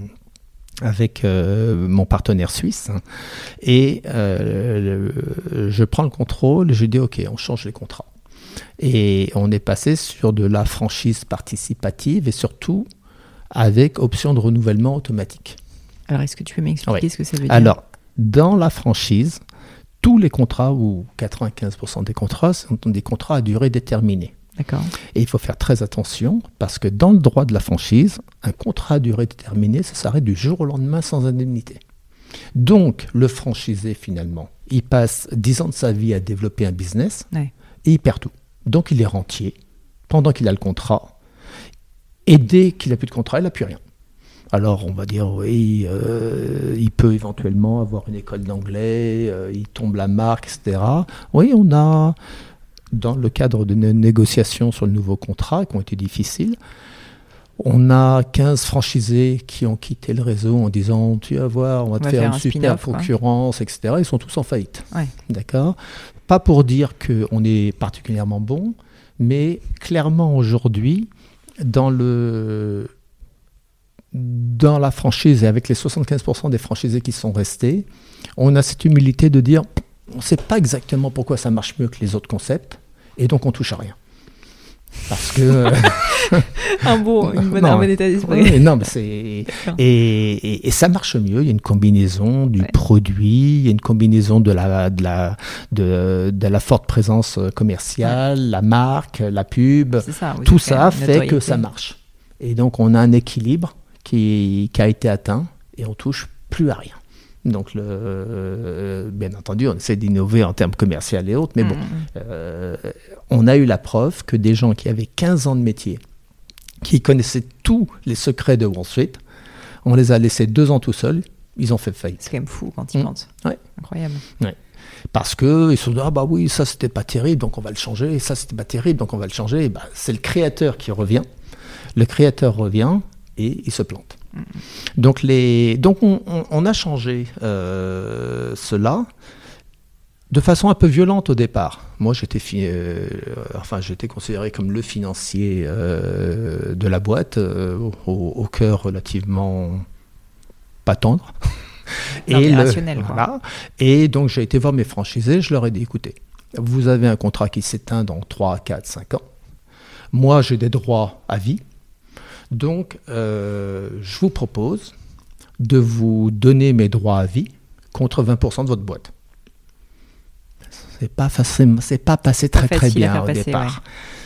mon partenaire suisse, et je prends le contrôle et je dis ok, on change les contrats. Et on est passé sur de la franchise participative et surtout avec option de renouvellement automatique. Alors est-ce que tu peux m'expliquer ce que ça veut dire ? Alors, dans la franchise, tous les contrats, ou 95% des contrats, sont des contrats à durée déterminée. D'accord. Et il faut faire très attention, parce que dans le droit de la franchise, un contrat à durée déterminée, ça s'arrête du jour au lendemain sans indemnité. Donc, le franchisé, finalement, il passe 10 ans de sa vie à développer un business, et il perd tout. Donc, il est rentier pendant qu'il a le contrat, et dès qu'il n'a plus de contrat, il n'a plus rien. Alors, on va dire, oui, il peut éventuellement avoir une école d'anglais, il tombe la marque, etc. Oui, on a, dans le cadre de négociations sur le nouveau contrat, qui ont été difficiles, on a 15 franchisés qui ont quitté le réseau en disant « Tu vas voir, on va te faire une super concurrence, etc. » Ils sont tous en faillite. Ouais. D'accord ? Pas pour dire qu'on est particulièrement bon, mais clairement aujourd'hui, dans la franchise et avec les 75% des franchisés qui sont restés, on a cette humilité de dire on ne sait pas exactement pourquoi ça marche mieux que les autres concepts et donc on touche à rien. Parce que un bon état d'esprit. Oui, non, mais et ça marche mieux. Il y a une combinaison du produit, il y a une combinaison de la forte présence commerciale, la marque, la pub. Ça, oui, tout ça fait que ça marche. Et donc on a un équilibre qui a été atteint et on touche plus à rien. Donc, bien entendu, on essaie d'innover en termes commerciaux et autres, mais bon, on a eu la preuve que des gens qui avaient 15 ans de métier, qui connaissaient tous les secrets de Wall Street, on les a laissés 2 ans tout seuls, ils ont fait faillite. C'est quand même fou quand ils pensent. Ouais. Incroyable. Ouais. Parce qu'ils se sont dit, ah bah oui, ça c'était pas terrible, donc on va le changer, et ça c'était pas terrible, donc on va le changer. Et bah, c'est le créateur qui revient. Le créateur revient et il se plante. Donc on a changé cela de façon un peu violente au départ. Moi, j'étais considéré comme le financier de la boîte, au cœur relativement pas tendre. Rationnel, voilà. Et donc, j'ai été voir mes franchisés, je leur ai dit, écoutez, vous avez un contrat qui s'éteint dans 3, 4, 5 ans. Moi, j'ai des droits à vie. Donc, je vous propose de vous donner mes droits à vie contre 20% de votre boîte. C'est pas passé très bien au départ.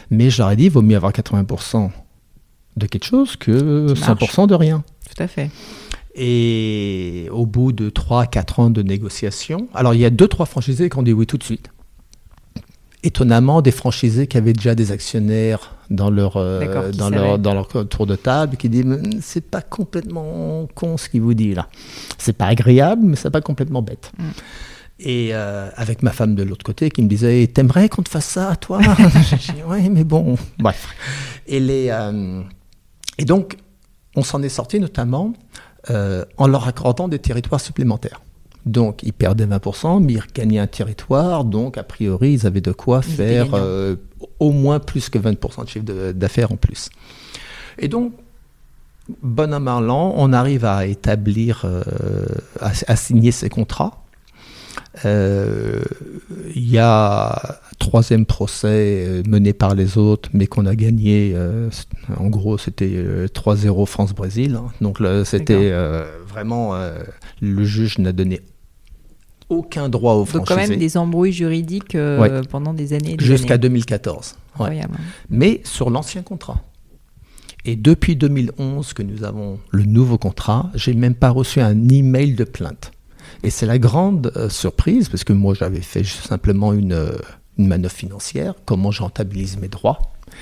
Mais je leur ai dit, il vaut mieux avoir 80% de quelque chose que 100% de rien. Tout à fait. Et au bout de 3-4 ans de négociations, alors il y a 2-3 franchisés qui ont dit oui tout de suite. Étonnamment, des franchisés qui avaient déjà des actionnaires dans leur tour de table, qui disent c'est pas complètement con ce qu'il vous dit là. C'est pas agréable, mais c'est pas complètement bête. Et avec ma femme de l'autre côté qui me disait t'aimerais qu'on te fasse ça toi? J'ai dit oui mais bon bref. Et donc on s'en est sorti notamment en leur accordant des territoires supplémentaires. Donc, ils perdaient 20%, mais ils gagnaient un territoire. Donc, a priori, ils avaient de quoi faire au moins plus que 20% de chiffre d'affaires en plus. Et donc, bon an, mal an, on arrive à établir, à signer ces contrats. Il y a un 3e procès mené par les autres, mais qu'on a gagné. En gros, c'était 3-0 France-Brésil. Hein. Donc, c'était vraiment... le juge n'a donné aucun droit aux franchisés. Donc quand même des embrouilles juridiques pendant des années. Jusqu'à 2014. Ouais. Mais sur l'ancien contrat. Et depuis 2011 que nous avons le nouveau contrat, j'ai même pas reçu un email de plainte. Et c'est la grande surprise, parce que moi j'avais fait simplement une manœuvre financière, comment je rentabilise mes droits.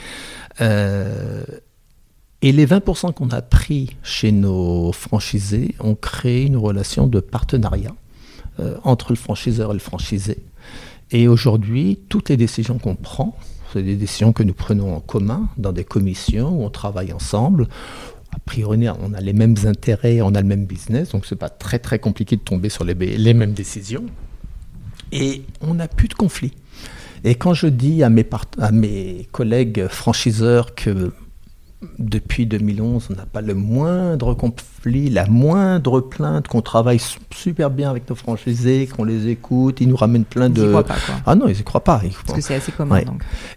Et les 20% qu'on a pris chez nos franchisés ont créé une relation de partenariat entre le franchiseur et le franchisé. Et aujourd'hui, toutes les décisions qu'on prend, c'est des décisions que nous prenons en commun dans des commissions où on travaille ensemble. A priori, on a les mêmes intérêts, on a le même business, donc c'est pas très très compliqué de tomber sur les mêmes décisions. Et on n'a plus de conflit. Et quand je dis à mes collègues franchiseurs que depuis 2011, on n'a pas le moindre conflit, la moindre plainte, qu'on travaille super bien avec nos franchisés, qu'on les écoute, ils nous ramènent plein de... Ils n'y croient pas, quoi. Ah non, ils n'y croient pas. Parce que c'est assez commun, donc.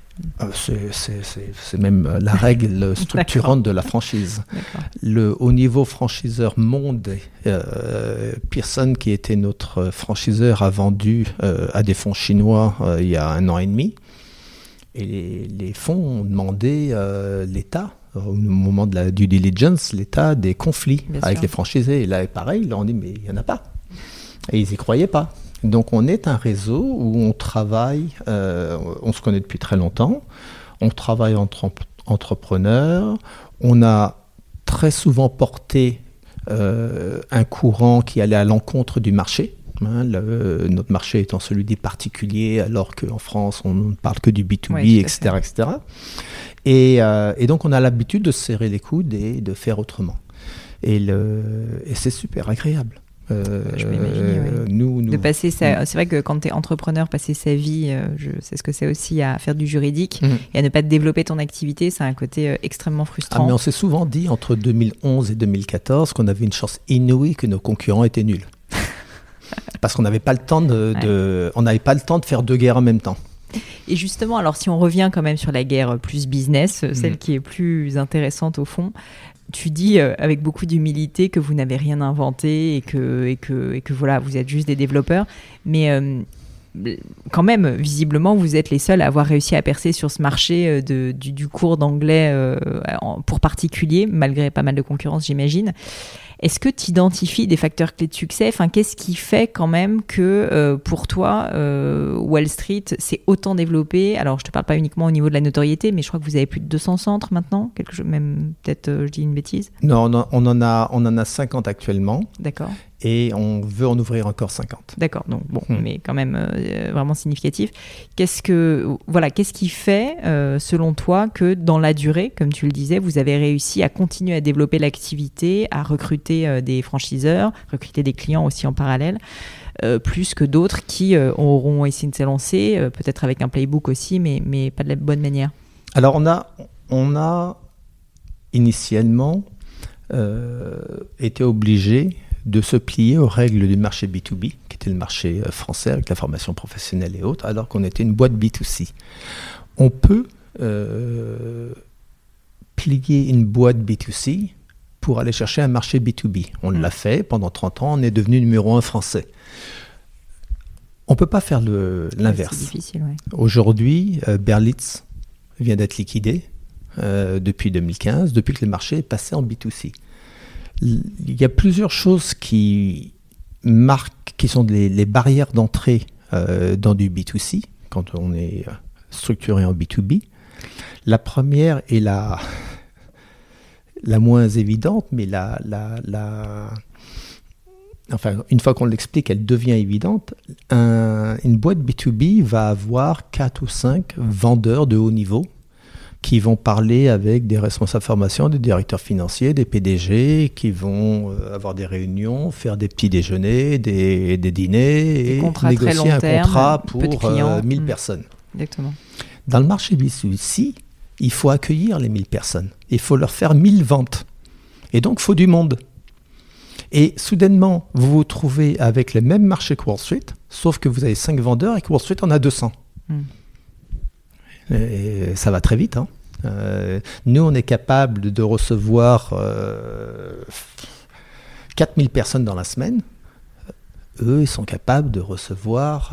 C'est même la règle structurante de la franchise. Au niveau franchiseur monde, Pearson, qui était notre franchiseur, a vendu à des fonds chinois il y a 1 an et demi. Et les fonds ont demandé l'État, au moment de la due diligence, l'État des conflits avec les franchisés. Et là, pareil, ils leur ont dit, mais il n'y en a pas. Et ils n'y croyaient pas. Donc, on est un réseau où on travaille, on se connaît depuis très longtemps, on travaille entre entrepreneurs, on a très souvent porté un courant qui allait à l'encontre du marché. Notre marché étant celui des particuliers, alors qu'en France, on ne parle que du B2B, etc., etc. Et donc, on a l'habitude de se serrer les coudes et de faire autrement. Et c'est super agréable. Je m'imagine, de passer c'est vrai que quand tu es entrepreneur, passer sa vie, je sais ce que c'est aussi à faire du juridique et à ne pas développer ton activité, c'est un côté extrêmement frustrant. Mais on s'est souvent dit entre 2011 et 2014 qu'on avait une chance inouïe que nos concurrents étaient nuls. Parce qu'on n'avait pas le temps on n'avait pas le temps de faire 2 guerres en même temps. Et justement, alors si on revient quand même sur la guerre plus business, celle qui est plus intéressante au fond, tu dis avec beaucoup d'humilité que vous n'avez rien inventé et que voilà, vous êtes juste des développeurs, mais quand même, visiblement, vous êtes les seuls à avoir réussi à percer sur ce marché du cours d'anglais pour particuliers, malgré pas mal de concurrence, j'imagine. Est-ce que tu identifies des facteurs clés de succès ? Enfin, qu'est-ce qui fait quand même que pour toi, Wall Street s'est autant développé ? Alors, je ne te parle pas uniquement au niveau de la notoriété, mais je crois que vous avez plus de 200 centres maintenant, même peut-être je dis une bêtise. Non, on en a 50 actuellement. D'accord. Et on veut en ouvrir encore 50. D'accord, donc bon, mais quand même vraiment significatif. Qu'est-ce qui fait, selon toi, que dans la durée, comme tu le disais, vous avez réussi à continuer à développer l'activité, à recruter des franchiseurs, recruter des clients aussi en parallèle, plus que d'autres qui auront essayé de se lancer, peut-être avec un playbook aussi, mais pas de la bonne manière. Alors on a initialement été obligé de se plier aux règles du marché B2B, qui était le marché français avec la formation professionnelle et autres, alors qu'on était une boîte B2C. On peut plier une boîte B2C pour aller chercher un marché B2B. On l'a fait pendant 30 ans, on est devenu numéro 1 français. On ne peut pas faire l'inverse. C'est difficile, ouais. Aujourd'hui, Berlitz vient d'être liquidé depuis 2015, depuis que le marché est passé en B2C. Il y a plusieurs choses qui sont les barrières d'entrée dans du B2C, quand on est structuré en B2B. La première est la moins évidente, mais enfin, une fois qu'on l'explique, elle devient évidente. Une boîte B2B va avoir 4 ou 5 vendeurs de haut niveau qui vont parler avec des responsables formation, des directeurs financiers, des PDG, qui vont avoir des réunions, faire des petits déjeuners, des dîners, et négocier un contrat pour 1000 personnes. Exactement. Dans le marché B2C, il faut accueillir les 1000 personnes. Il faut leur faire 1000 ventes. Et donc, il faut du monde. Et soudainement, vous vous trouvez avec le même marché que Wall Street, sauf que vous avez 5 vendeurs et que Wall Street en a 200. Et ça va très vite. Hein. Nous, on est capable de recevoir 4000 personnes dans la semaine. Eux, ils sont capables de recevoir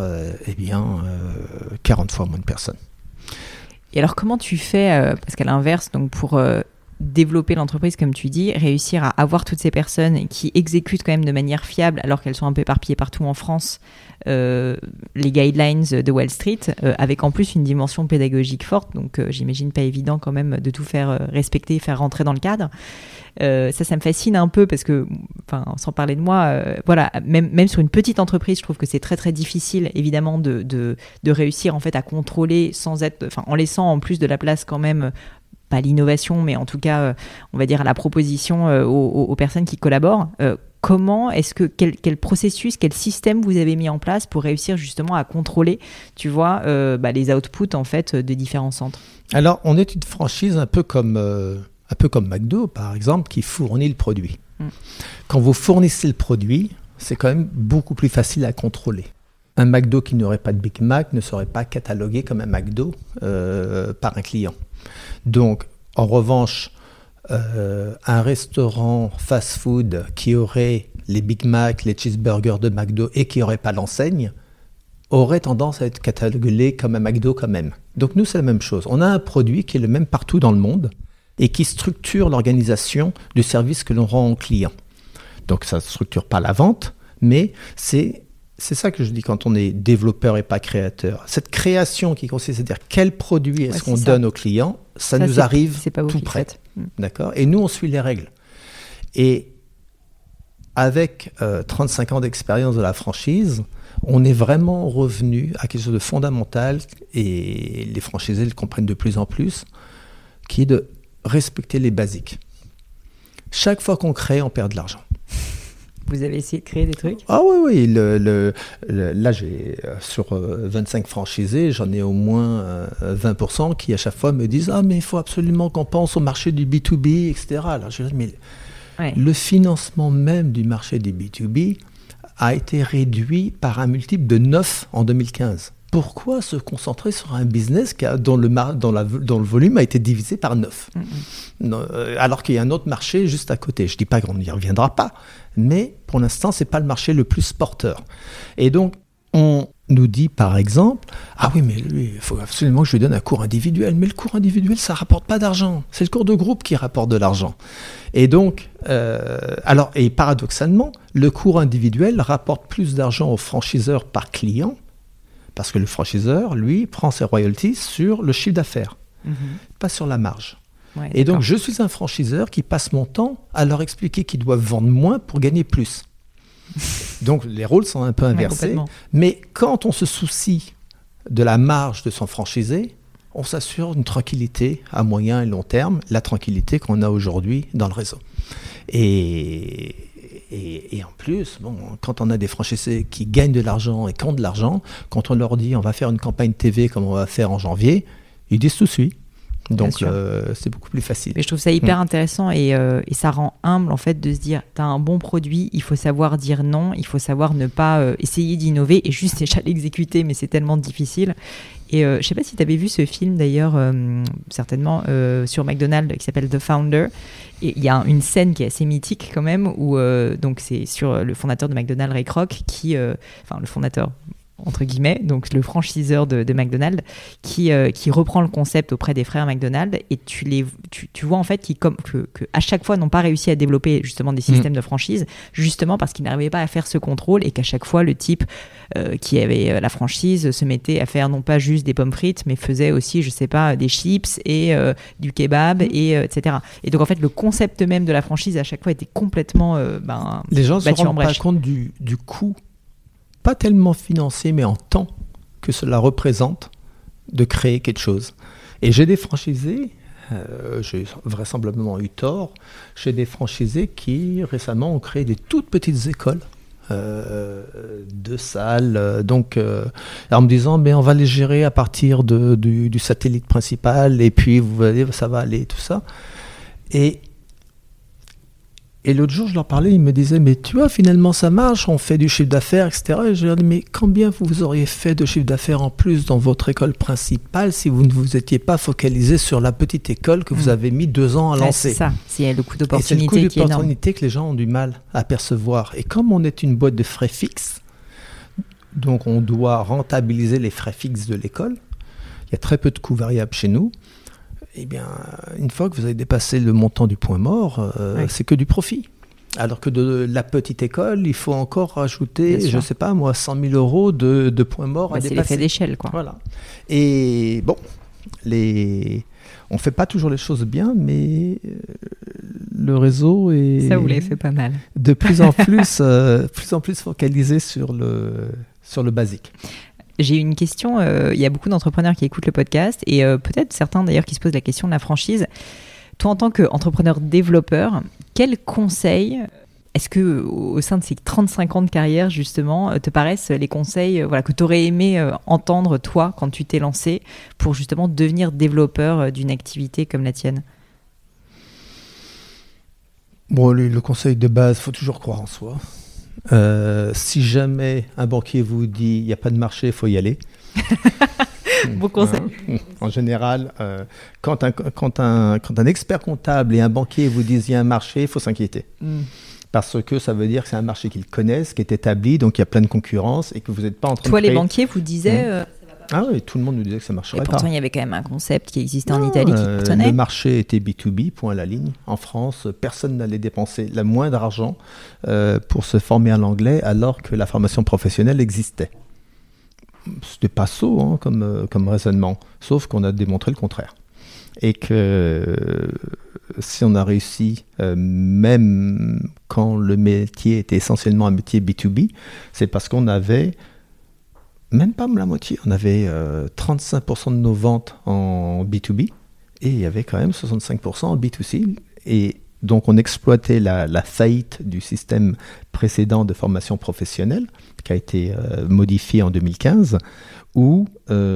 40 fois moins de personnes. Et alors, comment tu fais, parce qu'à l'inverse, donc pour développer l'entreprise, comme tu dis, réussir à avoir toutes ces personnes qui exécutent quand même de manière fiable, alors qu'elles sont un peu éparpillées partout en France, les guidelines de Wall Street, avec en plus une dimension pédagogique forte, donc j'imagine pas évident quand même de tout faire respecter, faire rentrer dans le cadre. Ça me fascine un peu parce que, sans parler de moi, voilà, même sur une petite entreprise, je trouve que c'est très très difficile évidemment de réussir en fait à contrôler en laissant en plus de la place quand même, pas l'innovation, mais en tout cas, on va dire à la proposition aux personnes qui collaborent. Comment quel processus, quel système vous avez mis en place pour réussir justement à contrôler, tu vois, les outputs en fait de différents centres? Alors, on est une franchise un peu comme McDo, par exemple, qui fournit le produit. Quand vous fournissez le produit, c'est quand même beaucoup plus facile à contrôler. Un McDo qui n'aurait pas de Big Mac ne serait pas catalogué comme un McDo par un client. Donc, en revanche, un restaurant fast-food qui aurait les Big Mac, les cheeseburgers de McDo et qui n'aurait pas l'enseigne, aurait tendance à être catalogué comme un McDo quand même. Donc nous, c'est la même chose. On a un produit qui est le même partout dans le monde et qui structure l'organisation du service que l'on rend aux clients. Donc ça ne structure pas la vente, mais c'est ça que je dis quand on est développeur et pas créateur. Cette création qui consiste à dire quel produit est-ce qu'on donne aux clients, ça nous arrive tout près. D'accord ? Et nous, on suit les règles. Et avec 35 ans d'expérience de la franchise, on est vraiment revenu à quelque chose de fondamental, et les franchisés le comprennent de plus en plus, qui est de respecter les basiques. Chaque fois qu'on crée, on perd de l'argent. Vous avez essayé de créer des trucs ? Ah oui. Là, j'ai sur 25 franchisés, j'en ai au moins 20% qui à chaque fois me disent « Ah, mais il faut absolument qu'on pense au marché du B2B, etc. » Alors je dis « Mais le financement même du marché du B2B a été réduit par un multiple de 9 en 2015. Pourquoi se concentrer sur un business dont le volume a été divisé par 9 alors qu'il y a un autre marché juste à côté. Je ne dis pas qu'on n'y reviendra pas, mais pour l'instant, ce n'est pas le marché le plus porteur. Et donc, on nous dit par exemple, ah oui, mais lui, il faut absolument que je lui donne un cours individuel. Mais le cours individuel, ça ne rapporte pas d'argent. C'est le cours de groupe qui rapporte de l'argent. Et donc, et paradoxalement, le cours individuel rapporte plus d'argent au franchiseur par client, parce que le franchiseur, lui, prend ses royalties sur le chiffre d'affaires, pas sur la marge. Ouais, et donc, je suis un franchiseur qui passe mon temps à leur expliquer qu'ils doivent vendre moins pour gagner plus. Donc, les rôles sont un peu inversés. Mais quand on se soucie de la marge de son franchisé, on s'assure une tranquillité à moyen et long terme, la tranquillité qu'on a aujourd'hui dans le réseau. Et en plus, quand on a des franchisés qui gagnent de l'argent et qui ont de l'argent, quand on leur dit on va faire une campagne TV comme on va faire en janvier, ils disent tout de suite. Donc c'est beaucoup plus facile. Mais je trouve ça hyper intéressant et ça rend humble en fait de se dire t'as un bon produit, il faut savoir dire non, il faut savoir ne pas essayer d'innover et juste déjà l'exécuter, mais c'est tellement difficile. Et je sais pas si tu avais vu ce film d'ailleurs, certainement sur McDonald's qui s'appelle The Founder. Et il y a une scène qui est assez mythique quand même où donc c'est sur le fondateur de McDonald's, Ray Kroc, qui, enfin le fondateur, entre guillemets, donc le franchiseur de McDonald's, qui reprend le concept auprès des frères McDonald's, et tu vois en fait qu'ils que à chaque fois n'ont pas réussi à développer justement des systèmes de franchise, justement parce qu'ils n'arrivaient pas à faire ce contrôle, et qu'à chaque fois le type qui avait la franchise se mettait à faire non pas juste des pommes frites, mais faisait aussi, je sais pas, des chips et du kebab et etc. Et donc en fait le concept même de la franchise à chaque fois était complètement les gens ne se battu en rendent pas brèche. compte du coût, pas tellement financier, mais en temps que cela représente de créer quelque chose. Et j'ai des franchisés, j'ai vraisemblablement eu tort, j'ai des franchisés qui récemment ont créé des toutes petites écoles de salles, en me disant mais on va les gérer à partir du satellite principal, et puis vous voyez ça va aller, tout ça. Et l'autre jour, je leur parlais, ils me disaient, mais tu vois, finalement, ça marche, on fait du chiffre d'affaires, etc. Et je leur dis, mais combien vous auriez fait de chiffre d'affaires en plus dans votre école principale si vous ne vous étiez pas focalisé sur la petite école que vous avez mis 2 ans à lancer? C'est ça, c'est le coût d'opportunité et c'est le coût qui est énorme. d'opportunité que les gens ont du mal à percevoir. Et comme on est une boîte de frais fixes, donc on doit rentabiliser les frais fixes de l'école, il y a très peu de coûts variables chez nous. Eh bien, une fois que vous avez dépassé le montant du point mort, c'est que du profit. Alors que de la petite école, il faut encore rajouter, je ne sais pas moi, 100 000 euros de points morts à dépasser. C'est l'effet d'échelle, quoi. Voilà. Et bon, on ne fait pas toujours les choses bien, mais le réseau est... Ça, vous l'avez fait pas mal. De plus en plus focalisé sur le basique. J'ai une question, il y a beaucoup d'entrepreneurs qui écoutent le podcast, et peut-être certains d'ailleurs qui se posent la question de la franchise. Toi, en tant qu'entrepreneur développeur, quels conseils, est-ce que au sein de ces 35 ans de carrière justement, te paraissent les conseils que tu aurais aimé entendre toi quand tu t'es lancé pour justement devenir développeur d'une activité comme la tienne? Bon, le conseil de base, il faut toujours croire en soi. Si jamais un banquier vous dit il n'y a pas de marché, il faut y aller. Bon conseil. En général, quand un expert comptable et un banquier vous disent il y a un marché, il faut s'inquiéter. Parce que ça veut dire que c'est un marché qu'ils connaissent, qui est établi, donc il y a plein de concurrence et que vous n'êtes pas en train de créer... Toi, les banquiers vous disaient... Ah oui, tout le monde nous disait que ça ne marcherait pas. Et pourtant, il y avait quand même un concept qui existait en Italie qui tenait. Le marché était B2B, point à la ligne. En France, personne n'allait dépenser le moindre argent pour se former à l'anglais alors que la formation professionnelle existait. C'était pas sot comme raisonnement, sauf qu'on a démontré le contraire. Et que si on a réussi, même quand le métier était essentiellement un métier B2B, c'est parce qu'on avait... Même pas la moitié. On avait 35% de nos ventes en B2B et il y avait quand même 65% en B2C. Et donc, on exploitait la faillite du système précédent de formation professionnelle qui a été modifié en 2015 où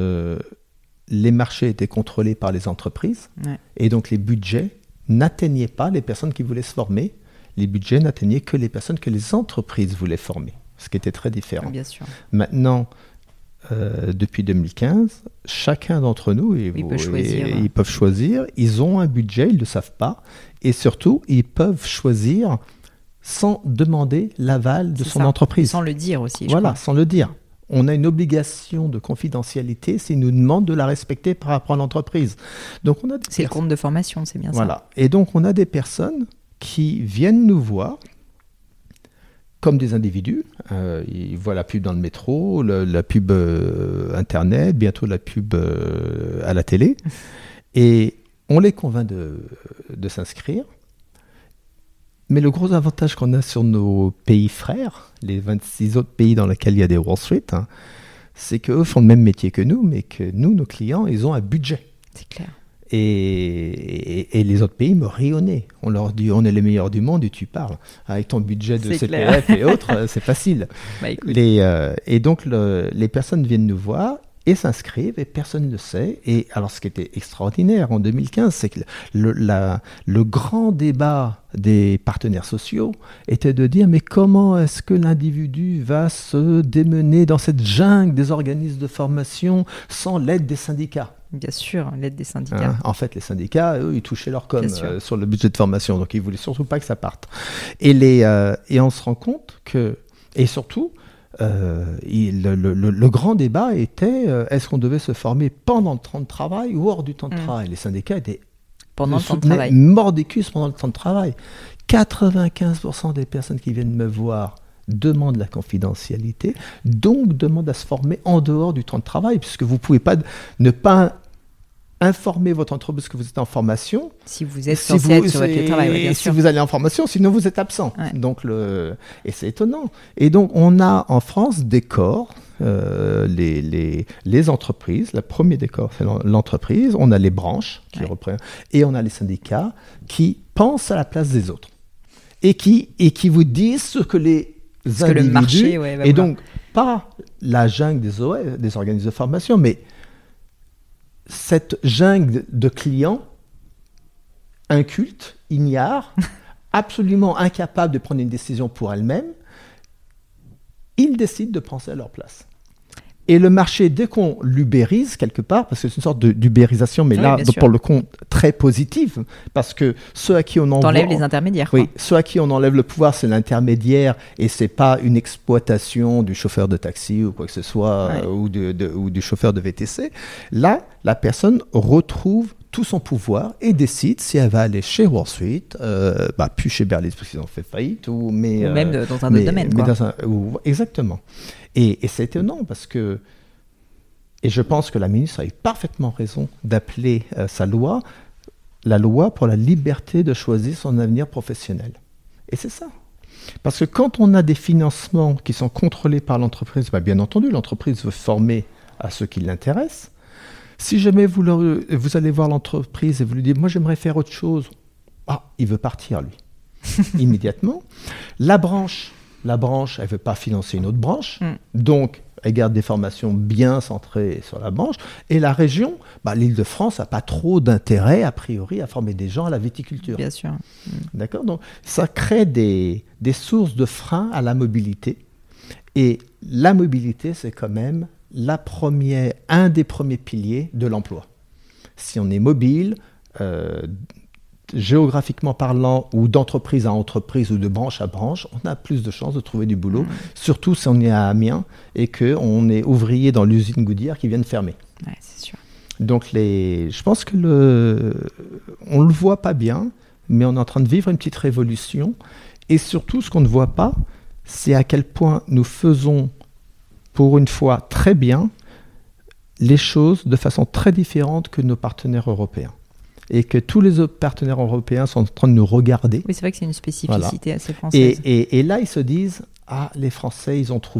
les marchés étaient contrôlés par les entreprises et donc les budgets n'atteignaient pas les personnes qui voulaient se former. Les budgets n'atteignaient que les personnes que les entreprises voulaient former, ce qui était très différent. Bien sûr. Maintenant, depuis 2015, chacun d'entre nous, ils peuvent choisir, ils ont un budget, ils ne le savent pas, et surtout, ils peuvent choisir sans demander l'aval de son entreprise. Sans le dire aussi, Voilà, sans le dire. On a une obligation de confidentialité s'ils nous demandent de la respecter par rapport à l'entreprise. Donc, c'est le compte de formation, c'est bien ça. Voilà. Et donc, on a des personnes qui viennent nous voir comme des individus. Ils voient la pub dans le métro, la pub Internet, bientôt la pub à la télé. Et on les convainc de s'inscrire. Mais le gros avantage qu'on a sur nos pays frères, les 26 autres pays dans lesquels il y a des Wall Street, c'est qu'eux font le même métier que nous, mais que nous, nos clients, ils ont un budget. C'est clair. Et les autres pays me rayonnaient. On leur dit on est les meilleurs du monde et tu parles. Avec ton budget de CPF et autres, c'est facile. Et donc les personnes viennent nous voir et s'inscrivent et personne ne le sait. Et alors ce qui était extraordinaire en 2015, c'est que le grand débat des partenaires sociaux était de dire mais comment est-ce que l'individu va se démener dans cette jungle des organismes de formation sans l'aide des syndicats? Bien sûr, l'aide des syndicats. En fait, les syndicats, eux, ils touchaient leur com sur le budget de formation, donc ils ne voulaient surtout pas que ça parte. Et on se rend compte que... Et surtout, le grand débat était est-ce qu'on devait se former pendant le temps de travail ou hors du temps de travail. Les syndicats étaient pendant le temps de travail. Mordicus pendant le temps de travail. 95% des personnes qui viennent me voir demandent la confidentialité, donc demandent à se former en dehors du temps de travail, puisque vous ne pouvez pas ne pas informer votre entreprise que vous êtes en formation. Si vous êtes censé être sur votre lieu de travail, bien sûr. Si vous allez en formation, sinon vous êtes absent. Ouais. Donc et c'est étonnant. Et donc on a en France des corps, les entreprises. Le premier décor, c'est l'entreprise. On a les branches qui reprennent, et on a les syndicats qui pensent à la place des autres et qui vous disent ce que les individus, que le marché, et donc pas la jungle des organismes de formation, mais cette jungle de clients incultes, ignares, absolument incapables de prendre une décision pour elles-mêmes, ils décident de penser à leur place. Et le marché, dès qu'on l'ubérise quelque part, parce que c'est une sorte d'ubérisation, mais là, pour le coup, très positive, parce que ceux à qui on envoie... T'enlèves les intermédiaires. Oui, ceux à qui on enlève le pouvoir, c'est l'intermédiaire, et c'est pas une exploitation du chauffeur de taxi ou quoi que ce soit, ou du chauffeur de VTC. Là, la personne retrouve tout son pouvoir et décide si elle va aller chez Wall Street, plus chez Berlitz parce qu'ils ont fait faillite, ou même dans un autre domaine. Exactement. Et c'est étonnant parce que, et je pense que la ministre a eu parfaitement raison d'appeler sa loi la loi pour la liberté de choisir son avenir professionnel. Et c'est ça. Parce que quand on a des financements qui sont contrôlés par l'entreprise, bien entendu, l'entreprise veut former à ceux qui l'intéressent. Si jamais vous allez voir l'entreprise et vous lui dites « moi j'aimerais faire autre chose », il veut partir lui, immédiatement. La branche, elle ne veut pas financer une autre branche, donc elle garde des formations bien centrées sur la branche. Et la région, l'Île-de-France n'a pas trop d'intérêt, a priori, à former des gens à la viticulture. Bien sûr. D'accord ? Donc ça crée des sources de frein à la mobilité. Et la mobilité, c'est quand même un des premiers piliers de l'emploi. Si on est mobile, géographiquement parlant, ou d'entreprise à entreprise, ou de branche à branche, on a plus de chances de trouver du boulot, surtout si on est à Amiens et qu'on est ouvrier dans l'usine Goodyear qui vient de fermer. Ouais, c'est sûr. Donc, je pense que on ne le voit pas bien, mais on est en train de vivre une petite révolution. Et surtout, ce qu'on ne voit pas, c'est à quel point nous faisons, pour une fois, très bien, les choses de façon très différente que nos partenaires européens. Et que tous les autres partenaires européens sont en train de nous regarder. Oui, c'est vrai que c'est une spécificité assez française. Et là, ils se disent « les Français, ils ont trouvé ».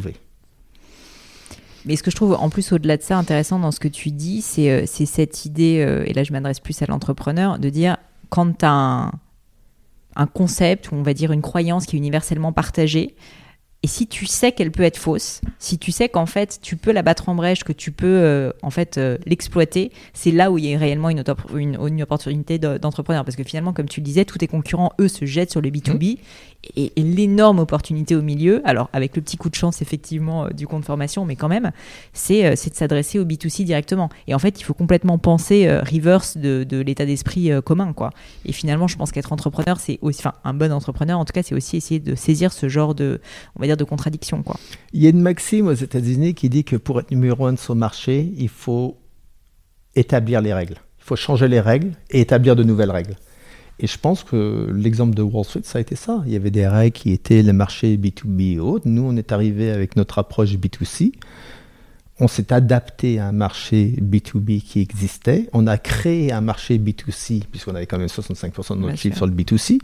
Mais ce que je trouve en plus au-delà de ça intéressant dans ce que tu dis, c'est cette idée, et là je m'adresse plus à l'entrepreneur, de dire quand tu as un concept, ou on va dire une croyance qui est universellement partagée, et si tu sais qu'elle peut être fausse, si tu sais qu'en fait tu peux la battre en brèche, que tu peux l'exploiter, c'est là où il y a réellement une opportunité d'entrepreneur. Parce que finalement, comme tu le disais, tous tes concurrents, eux, se jettent sur le B2B et l'énorme opportunité au milieu, alors avec le petit coup de chance effectivement du compte formation, mais quand même, c'est de s'adresser au B2C directement. Et en fait, il faut complètement penser reverse de l'état d'esprit commun, quoi. Et finalement, je pense qu'être entrepreneur, c'est aussi, un bon entrepreneur, en tout cas, c'est aussi essayer de saisir ce genre de, on va dire, de contradiction, quoi. Il y a une maxime aux États-Unis qui dit que pour être numéro 1 de son marché, il faut établir les règles. Il faut changer les règles et établir de nouvelles règles. Et je pense que l'exemple de Wall Street, ça a été ça. Il y avait des règles qui étaient les marchés B2B et autres. Nous, on est arrivé avec notre approche B2C. On s'est adapté à un marché B2B qui existait. On a créé un marché B2C, puisqu'on avait quand même 65% de notre chiffre sur le B2C.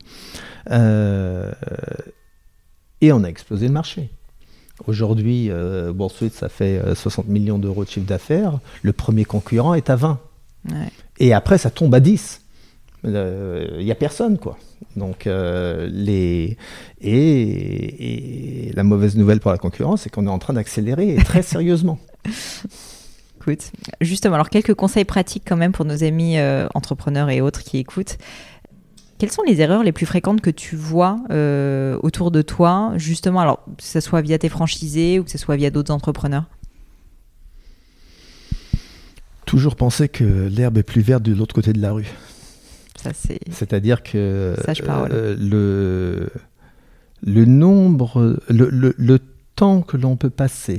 Et on a explosé le marché. Aujourd'hui, Wall Street, ça fait 60 millions d'euros de chiffre d'affaires. Le premier concurrent est à 20. Ouais. Et après, ça tombe à 10. Il n'y a personne, quoi. Donc, et la mauvaise nouvelle pour la concurrence, c'est qu'on est en train d'accélérer très sérieusement. Écoute, justement, alors quelques conseils pratiques quand même pour nos amis entrepreneurs et autres qui écoutent. Quelles sont les erreurs les plus fréquentes que tu vois autour de toi, justement, alors que ce soit via tes franchisés ou que ce soit via d'autres entrepreneurs? Toujours penser que l'herbe est plus verte de l'autre côté de la rue. Ça, c'est-à-dire que sage parole. le nombre, le temps que l'on peut passer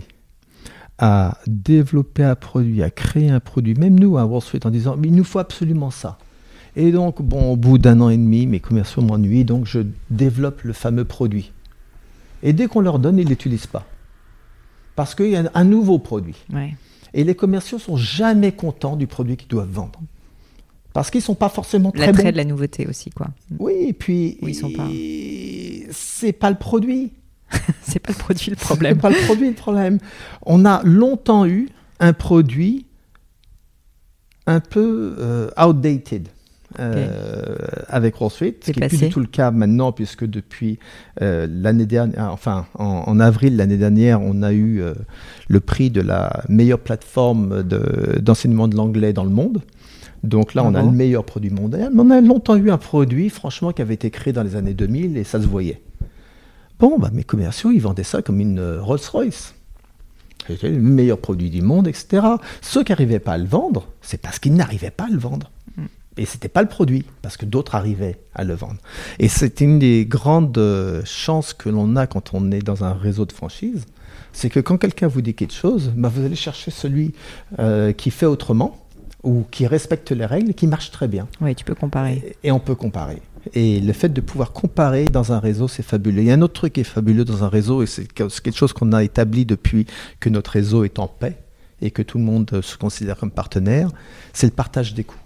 à développer un produit, à créer un produit, même nous à Wall Street, en disant il nous faut absolument ça. Et donc, au bout d'1 an et demi, mes commerciaux m'ennuient, donc je développe le fameux produit. Et dès qu'on leur donne, ils ne l'utilisent pas. Parce qu'il y a un nouveau produit. Ouais. Et les commerciaux ne sont jamais contents du produit qu'ils doivent vendre. Parce qu'ils ne sont pas forcément très bons. L'attrait de la nouveauté aussi, quoi. Oui, et puis, ils sont pas... c'est pas le produit. C'est pas le produit le problème. C'est pas le produit le problème. On a longtemps eu un produit un peu outdated. Avec Wall Street, ce qui n'est plus du tout le cas maintenant, puisque depuis l'année dernière, enfin en avril l'année dernière, on a eu le prix de la meilleure plateforme d'enseignement de l'anglais dans le monde. Donc là, on a le meilleur produit mondial. Mais on a longtemps eu un produit, franchement, qui avait été créé dans les années 2000 et ça se voyait. Mes commerciaux, ils vendaient ça comme une Rolls-Royce. C'était le meilleur produit du monde, etc. Ceux qui n'arrivaient pas à le vendre, c'est parce qu'ils n'arrivaient pas à le vendre. Et ce n'était pas le produit, parce que d'autres arrivaient à le vendre. Et c'est une des grandes chances que l'on a quand on est dans un réseau de franchise, c'est que quand quelqu'un vous dit quelque chose, vous allez chercher celui qui fait autrement, ou qui respecte les règles, et qui marche très bien. Oui, tu peux comparer. Et on peut comparer. Et le fait de pouvoir comparer dans un réseau, c'est fabuleux. Il y a un autre truc qui est fabuleux dans un réseau, et c'est quelque chose qu'on a établi depuis que notre réseau est en paix, et que tout le monde se considère comme partenaire, c'est le partage des coûts.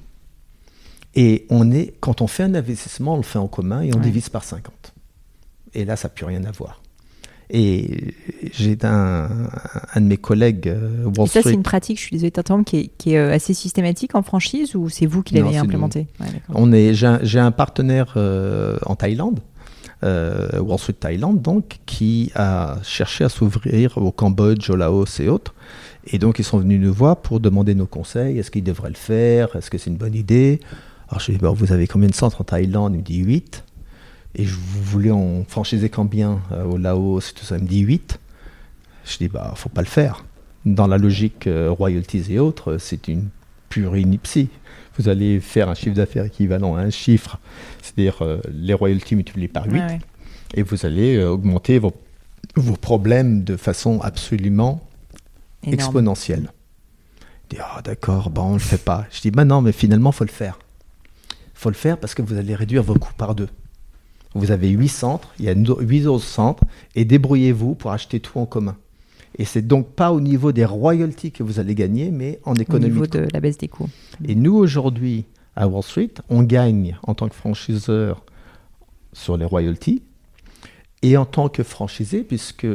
Et quand on fait un investissement, on le fait en commun et on divise par 50. Et là, ça n'a plus rien à voir. Et j'ai un de mes collègues Wall Street... c'est une pratique, je suis désolée de t'interrompre, qui est assez systématique en franchise, ou c'est vous qui l'avez implémenté? J'ai un partenaire en Thaïlande, Wall Street Thaïlande, donc, qui a cherché à s'ouvrir au Cambodge, au Laos et autres. Et donc, ils sont venus nous voir pour demander nos conseils. Est-ce qu'ils devraient le faire? Est-ce que c'est une bonne idée? Alors, je lui ai dit, vous avez combien de centres en Thaïlande? Il me dit 8. Et vous voulez en franchiser combien au Laos et tout ça? Il me dit 8. Je lui ai dit, faut pas le faire. Dans la logique royalties et autres, c'est une pure ineptie. Vous allez faire un chiffre d'affaires équivalent à un chiffre, c'est-à-dire les royalties multipliées par 8, et vous allez augmenter vos problèmes de façon absolument exponentielle. Il dit, d'accord, on ne le fait pas. Je dis, non, mais finalement, il faut le faire. Il faut le faire parce que vous allez réduire vos coûts par 2. Vous avez 8 centres, il y a 8 autres centres, et débrouillez-vous pour acheter tout en commun. Et c'est donc pas au niveau des royalties que vous allez gagner, mais en économie. Au niveau de la baisse des coûts. Et nous, aujourd'hui, à Wall Street, on gagne en tant que franchiseur sur les royalties, et en tant que franchisé, puisque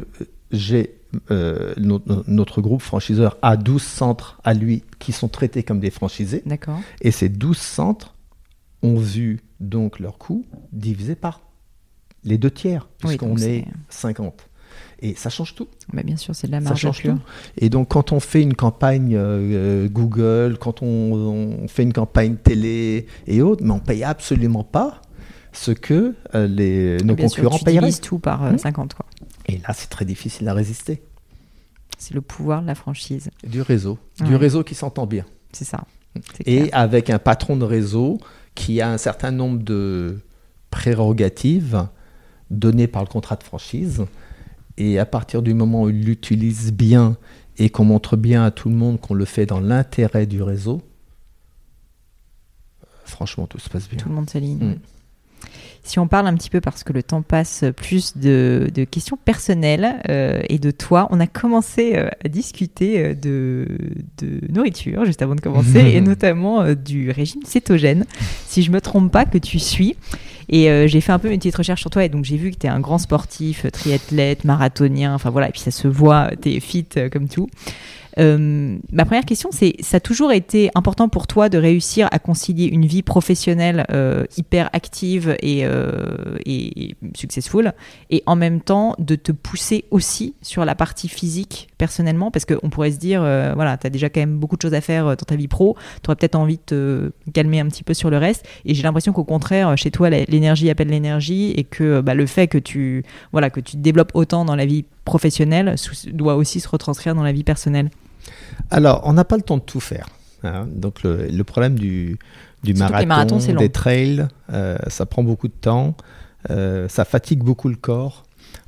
notre groupe franchiseur a 12 centres à lui qui sont traités comme des franchisés. D'accord. Et ces 12 centres ont vu donc leur coût divisé par les 2 tiers, puisqu'on est 50. Et ça change tout. Bien sûr, c'est de la marge. Ça change tout. Et donc, quand on fait une campagne Google, quand on fait une campagne télé et autres, mais on ne paye absolument pas ce que nos concurrents paieraient. Tu divises tout par 50, quoi. Et là, c'est très difficile à résister. C'est le pouvoir de la franchise. Du réseau. Du réseau qui s'entend bien. C'est ça. Et avec un patron de réseau qui a un certain nombre de prérogatives données par le contrat de franchise. Et à partir du moment où il l'utilise bien et qu'on montre bien à tout le monde qu'on le fait dans l'intérêt du réseau, franchement, tout se passe bien. Tout le monde s'aligne. Si on parle un petit peu, parce que le temps passe, plus de questions personnelles et de toi, on a commencé à discuter de nourriture juste avant de commencer, et notamment du régime cétogène, si je ne me trompe pas, que tu suis. Et j'ai fait un peu une petite recherche sur toi, et donc j'ai vu que tu es un grand sportif, triathlète, marathonien, enfin voilà, et puis ça se voit, tu es fit comme tout. Ma première question, c'est, ça a toujours été important pour toi de réussir à concilier une vie professionnelle hyper active et successful, et en même temps de te pousser aussi sur la partie physique personnellement, parce qu'on pourrait se dire, voilà, tu as déjà quand même beaucoup de choses à faire dans ta vie pro, tu aurais peut-être envie de te calmer un petit peu sur le reste, et j'ai l'impression qu'au contraire, chez toi, l'énergie appelle l'énergie, et que le fait que tu te développes autant dans la vie professionnelle doit aussi se retranscrire dans la vie personnelle. Alors, on n'a pas le temps de tout faire. Hein. Donc, le problème du marathon, des trails, ça prend beaucoup de temps. Ça fatigue beaucoup le corps.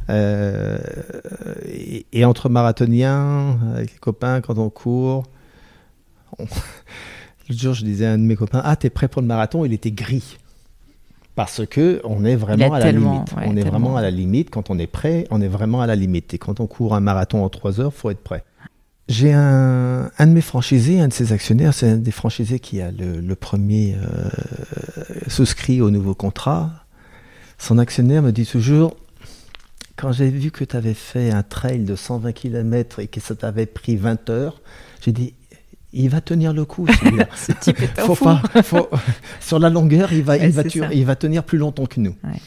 Et entre marathoniens, avec les copains, quand on court, l'autre jour, je disais à un de mes copains, t'es prêt pour le marathon? Il était gris. Parce que on est vraiment à la limite. On est vraiment à la limite. Quand on est prêt, on est vraiment à la limite. Et quand on court un marathon en 3 heures, il faut être prêt. J'ai un de mes franchisés, un de ses actionnaires, c'est un des franchisés qui a le premier souscrit au nouveau contrat. Son actionnaire me dit toujours, quand j'ai vu que tu avais fait un trail de 120 km et que ça t'avait pris 20 heures, j'ai dit, il va tenir le coup, celui-là. Ce type est faut fou. pas, sur la longueur, il va tenir plus longtemps que nous. Ouais.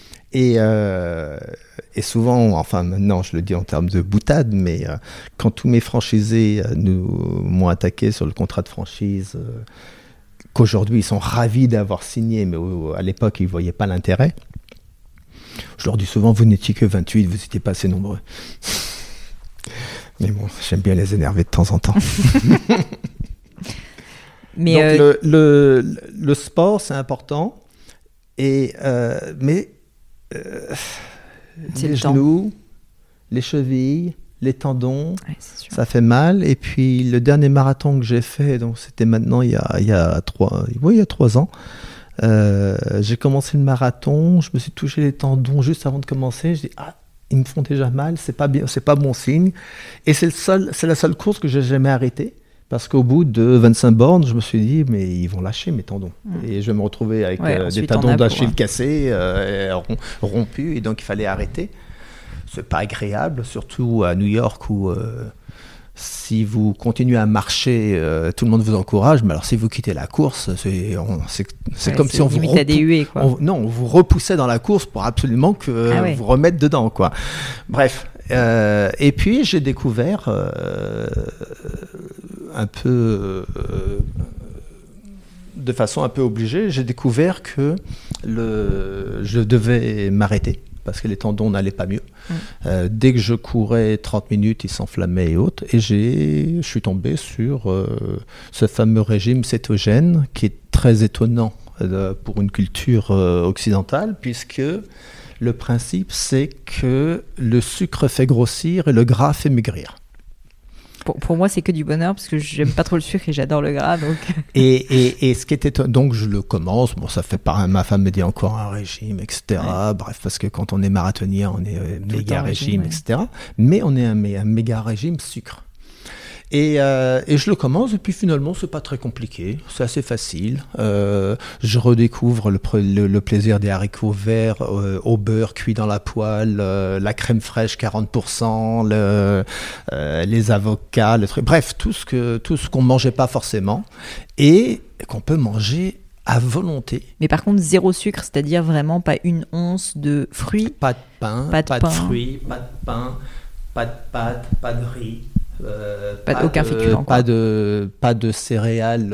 Et souvent, enfin maintenant je le dis en termes de boutade, mais quand tous mes franchisés m'ont attaqué sur le contrat de franchise, qu'aujourd'hui ils sont ravis d'avoir signé, mais à l'époque ils ne voyaient pas l'intérêt, je leur dis souvent, vous n'étiez que 28, vous n'étiez pas assez nombreux. Mais bon, j'aime bien les énerver de temps en temps. Mais donc le sport c'est important, mais les genoux, les chevilles, les tendons, ça fait mal. Et puis le dernier marathon que j'ai fait, donc c'était maintenant il y a 3 ans, j'ai commencé le marathon, je me suis touché les tendons juste avant de commencer, je dis ils me font déjà mal, c'est pas bien, c'est pas bon signe. Et c'est la seule course que j'ai jamais arrêtée. Parce qu'au bout de 25 bornes, je me suis dit, mais ils vont lâcher mes tendons. Et je vais me retrouver avec des tendons d'Achille cassés, rompus, et donc il fallait arrêter. C'est pas agréable, surtout à New York où si vous continuez à marcher, tout le monde vous encourage, mais alors si vous quittez la course, c'est comme si on vous on vous repoussait dans la course pour absolument que vous remette dedans, quoi. Bref. Et puis j'ai découvert un peu de façon un peu obligée, j'ai découvert que je devais m'arrêter parce que les tendons n'allaient pas mieux. Dès que je courais 30 minutes, ils s'enflammaient et autres. Et je suis tombé sur ce fameux régime cétogène qui est très étonnant pour une culture occidentale, puisque le principe, c'est que le sucre fait grossir et le gras fait maigrir. Pour moi, c'est que du bonheur parce que j'aime pas trop le sucre et j'adore le gras. Donc. Et ce qui était donc je le commence. Bon, ça fait pas. Ma femme me dit encore un régime, etc. Ouais. Bref, parce que quand on est marathonien, on est méga régime, etc. Mais on est un méga régime sucre. Et je le commence et puis finalement c'est pas très compliqué, c'est assez facile. Je redécouvre le plaisir des haricots verts au beurre cuit dans la poêle, la crème fraîche 40%, les avocats, bref tout ce qu'on mangeait pas forcément et qu'on peut manger à volonté. Mais par contre, 0 sucre, c'est-à-dire vraiment pas une once de fruits. Pas de pain, pas de fruits, pas de pain, pas de pâtes, pas de riz. Aucun féculent, pas de céréales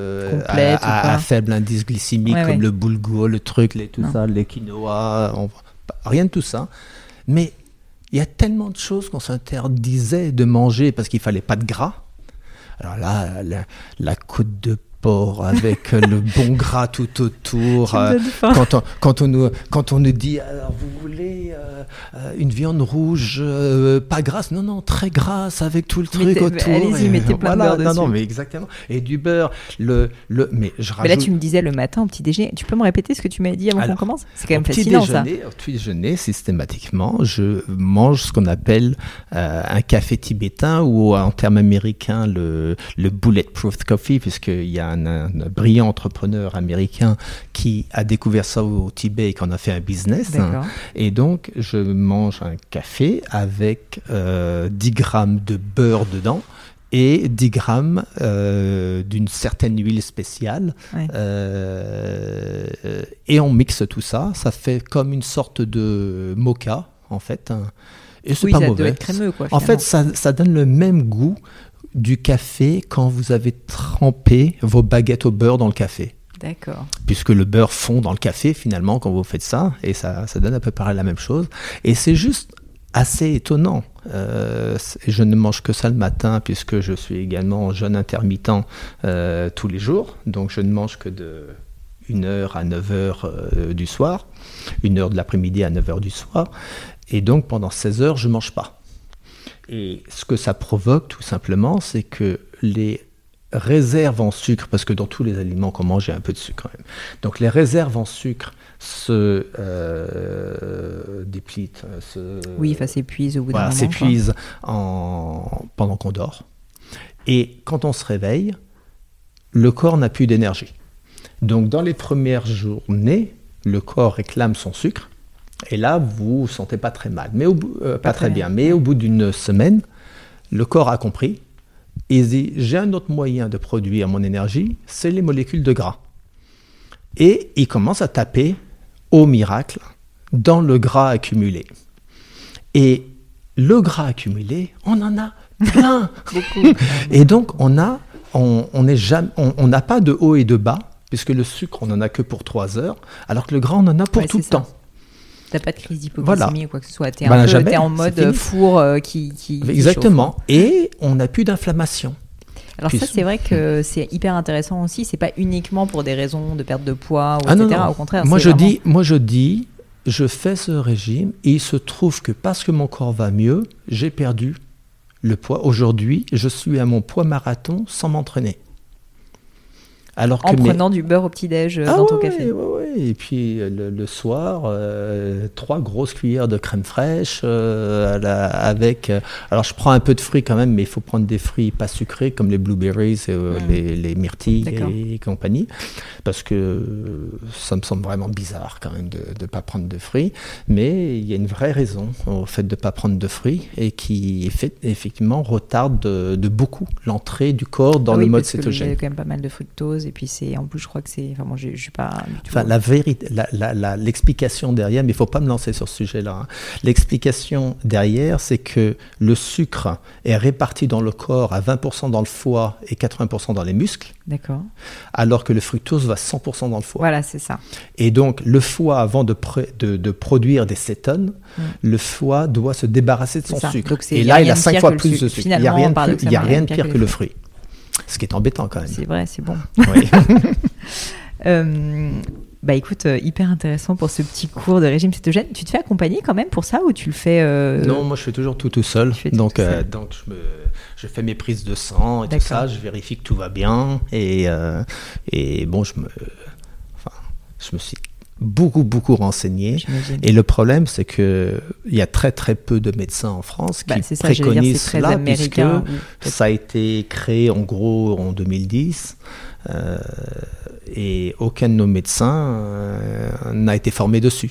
à faible indice glycémique comme le boulgour, le truc, les quinoa, rien de tout ça. Mais il y a tellement de choses qu'on s'interdisait de manger parce qu'il fallait pas de gras. Alors là, la côte de porc avec le bon gras tout autour. Quand on nous dit alors vous voulez une viande rouge pas grasse, non très grasse avec tout le truc autour. Allez-y, mettez plein de beurre dessus. Non mais exactement. Et du beurre, mais je rajoute. Mais là tu me disais le matin au petit déjeuner. Tu peux me répéter ce que tu m'as dit avant qu'on commence? C'est quand même fascinant ça. Au petit déjeuner, systématiquement, je mange ce qu'on appelle un café tibétain ou en termes américains le bulletproof coffee, puisqu'il y a un brillant entrepreneur américain qui a découvert ça au Tibet et qui en a fait un business. Et donc, je mange un café avec 10 grammes de beurre dedans et 10 grammes d'une certaine huile spéciale. Et on mixe tout ça. Ça fait comme une sorte de mocha, en fait. Et c'est pas mauvais. Ça doit être crémeux, quoi, en fait, ça donne le même goût du café quand vous avez trempé vos baguettes au beurre dans le café. D'accord. Puisque le beurre fond dans le café finalement quand vous faites ça, et ça donne à peu près la même chose. Et c'est juste assez étonnant. Je ne mange que ça le matin puisque je suis également jeûne intermittent tous les jours, donc je ne mange que de 1 heure à 9 heures du soir, 1 heure de l'après-midi à 9 heures du soir. Et donc, pendant 16 heures, je ne mange pas. Et ce que ça provoque, tout simplement, c'est que les réserves en sucre, parce que dans tous les aliments qu'on mange, il y a un peu de sucre quand même. Donc, les réserves en sucre se déplitent. S'épuisent au bout d'un moment. S'épuisent pendant qu'on dort. Et quand on se réveille, le corps n'a plus d'énergie. Donc, dans les premières journées, le corps réclame son sucre. Et là, vous vous sentez pas très mal, mais pas très bien. Mais au bout d'une semaine, le corps a compris. Et il dit, j'ai un autre moyen de produire mon énergie, c'est les molécules de gras. Et il commence à taper, au miracle, dans le gras accumulé. Et le gras accumulé, on en a plein. Beaucoup. Et donc, on n'a pas de haut et de bas, puisque le sucre, on n'en a que pour 3 heures, alors que le gras, on en a pour tout le temps. T'as pas de crise d'hypoglycémie ou quoi que ce soit. T'es en mode four qui Exactement. Chauffe. Et on n'a plus d'inflammation. Alors ça, c'est vrai que c'est hyper intéressant aussi. C'est pas uniquement pour des raisons de perte de poids, etc. Non. Au contraire, moi, je dis, je fais ce régime et il se trouve que parce que mon corps va mieux, j'ai perdu le poids. Aujourd'hui, je suis à mon poids marathon sans m'entraîner. En prenant du beurre au petit-déj dans ton café. Oui. Et puis le soir, 3 grosses cuillères de crème fraîche avec... alors je prends un peu de fruits quand même, mais il faut prendre des fruits pas sucrés comme les blueberries, les myrtilles et compagnie, parce que ça me semble vraiment bizarre quand même de ne pas prendre de fruits. Mais il y a une vraie raison au fait de ne pas prendre de fruits et qui effectivement retarde de beaucoup l'entrée du corps dans le mode cétogène. Il y a quand même pas mal de fructose. Et puis en plus je crois que c'est, moi je suis pas du tout... la vérité, l'explication derrière, mais il faut pas me lancer sur ce sujet-là. Hein. L'explication derrière, c'est que le sucre est réparti dans le corps à 20% dans le foie et 80% dans les muscles. D'accord. Alors que le fructose va 100% dans le foie. Voilà, c'est ça. Et donc le foie, avant de produire des cétones, le foie doit se débarrasser de son sucre. Donc, et là, il a 5 fois plus de sucre. Il n'y a rien de pire que le fruit. Ce qui est embêtant quand même. C'est vrai, c'est bon. Oui. Écoute, hyper intéressant pour ce petit cours de régime cétogène. Tu te fais accompagner quand même pour ça ou tu le fais Non, moi je fais toujours tout seul. Donc je fais mes prises de sang et tout ça. Je vérifie que tout va bien et bon, je me suis beaucoup renseigné. J'imagine. Et le problème, c'est que il y a très peu de médecins en France qui préconisent cela, puisque ça a été créé en gros en 2010 et aucun de nos médecins n'a été formé dessus.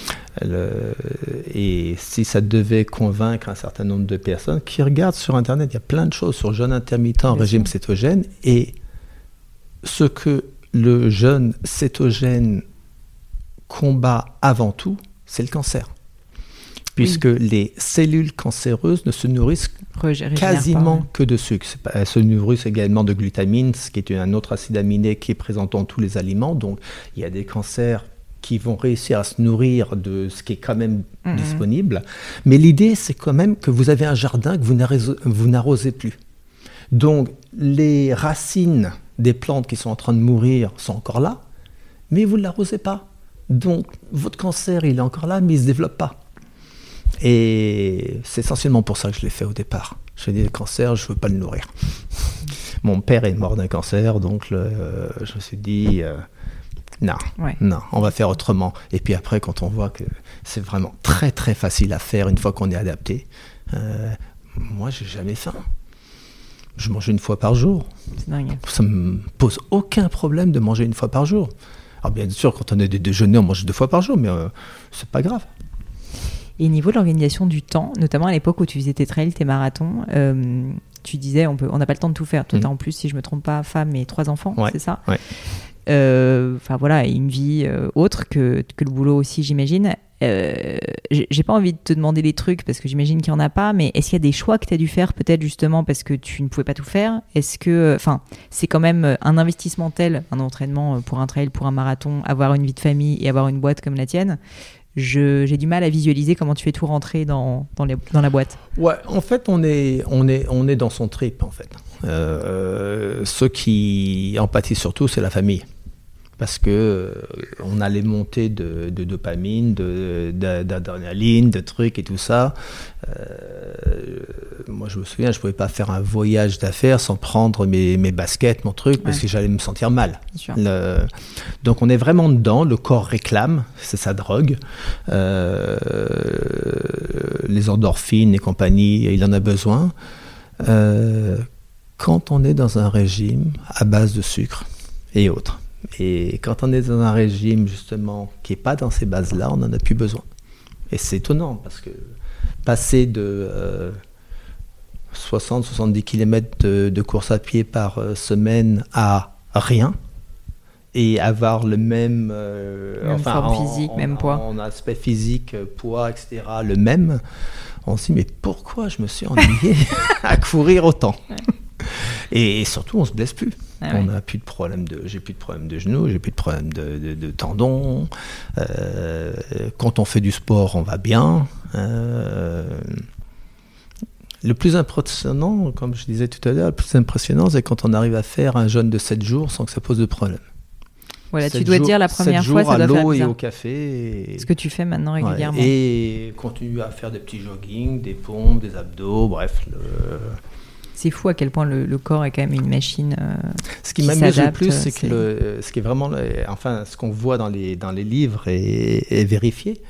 Et si ça devait convaincre un certain nombre de personnes qui regardent sur Internet, il y a plein de choses sur jeûne intermittent, régime cétogène, et ce que le jeûne cétogène combat avant tout, c'est le cancer. Puisque les cellules cancéreuses ne se nourrissent quasiment que de sucre. Elles se nourrissent également de glutamine, ce qui est un autre acide aminé qui est présent dans tous les aliments. Donc, il y a des cancers qui vont réussir à se nourrir de ce qui est quand même disponible. Mais l'idée, c'est quand même que vous avez un jardin que vous n'arrosez plus. Donc, les racines des plantes qui sont en train de mourir sont encore là, mais vous ne l'arrosez pas. Donc, votre cancer, il est encore là, mais il ne se développe pas. Et c'est essentiellement pour ça que je l'ai fait au départ. J'ai dit, le cancer, je ne veux pas le nourrir. Mon père est mort d'un cancer, donc je me suis dit, non, on va faire autrement. Et puis après, quand on voit que c'est vraiment très facile à faire une fois qu'on est adapté, moi, j'ai jamais faim. Je mange 1 fois par jour. C'est dingue. Ça ne me pose aucun problème de manger 1 fois par jour. Alors bien sûr, quand on a des déjeuners, on mange 2 fois par jour, mais c'est pas grave. Et niveau de l'organisation du temps, notamment à l'époque où tu faisais tes trails, tes marathons, tu disais on n'a pas le temps de tout faire. Toi, t'as en plus, si je me trompe pas, femme et 3 enfants, c'est ça ? Ouais. Voilà, une vie autre que le boulot aussi, j'imagine. J'ai pas envie de te demander les trucs parce que j'imagine qu'il y en a pas, mais est-ce qu'il y a des choix que tu as dû faire peut-être justement parce que tu ne pouvais pas tout faire ? Est-ce que, c'est quand même un investissement tel, un entraînement pour un trail, pour un marathon, avoir une vie de famille et avoir une boîte comme la tienne ? J'ai du mal à visualiser comment tu fais tout rentrer dans la boîte. Ouais, en fait, on est dans son trip en fait. Ceux qui en pâtissent surtout, c'est la famille. parce que on a les montées de dopamine, d'adrénaline, de trucs et tout ça. Moi, je me souviens, je pouvais pas faire un voyage d'affaires sans prendre mes baskets, mon truc, parce que j'allais me sentir mal. Donc, on est vraiment dedans. Le corps réclame, c'est sa drogue. Les endorphines et compagnie, il en a besoin. Quand on est dans un régime à base de sucre et autres, et quand on est dans un régime justement qui n'est pas dans ces bases-là, on n'en a plus besoin. Et c'est étonnant parce que passer de 60-70 km de course à pied par semaine à rien et avoir le même, forme physique, même poids. En aspect physique, poids, etc., le même, on se dit mais pourquoi je me suis ennuyé à courir autant? Et surtout, on se blesse plus. On n'a plus de problème j'ai plus de problème de genoux, j'ai plus de problème de tendons. Quand on fait du sport, on va bien. Le plus impressionnant, comme je disais tout à l'heure, le plus impressionnant, c'est quand on arrive à faire un jeûne de 7 jours sans que ça pose de problème. Voilà, tu dois dire la première fois, ça doit faire bizarre. 7 jours à l'eau et au café. Ce que tu fais maintenant régulièrement. Et continue à faire des petits joggings, des pompes, des abdos, bref. C'est fou à quel point le corps est quand même une machine. Ce qui m'amuse le plus, c'est que ce qui est vraiment, ce qu'on voit dans les livres est vérifié.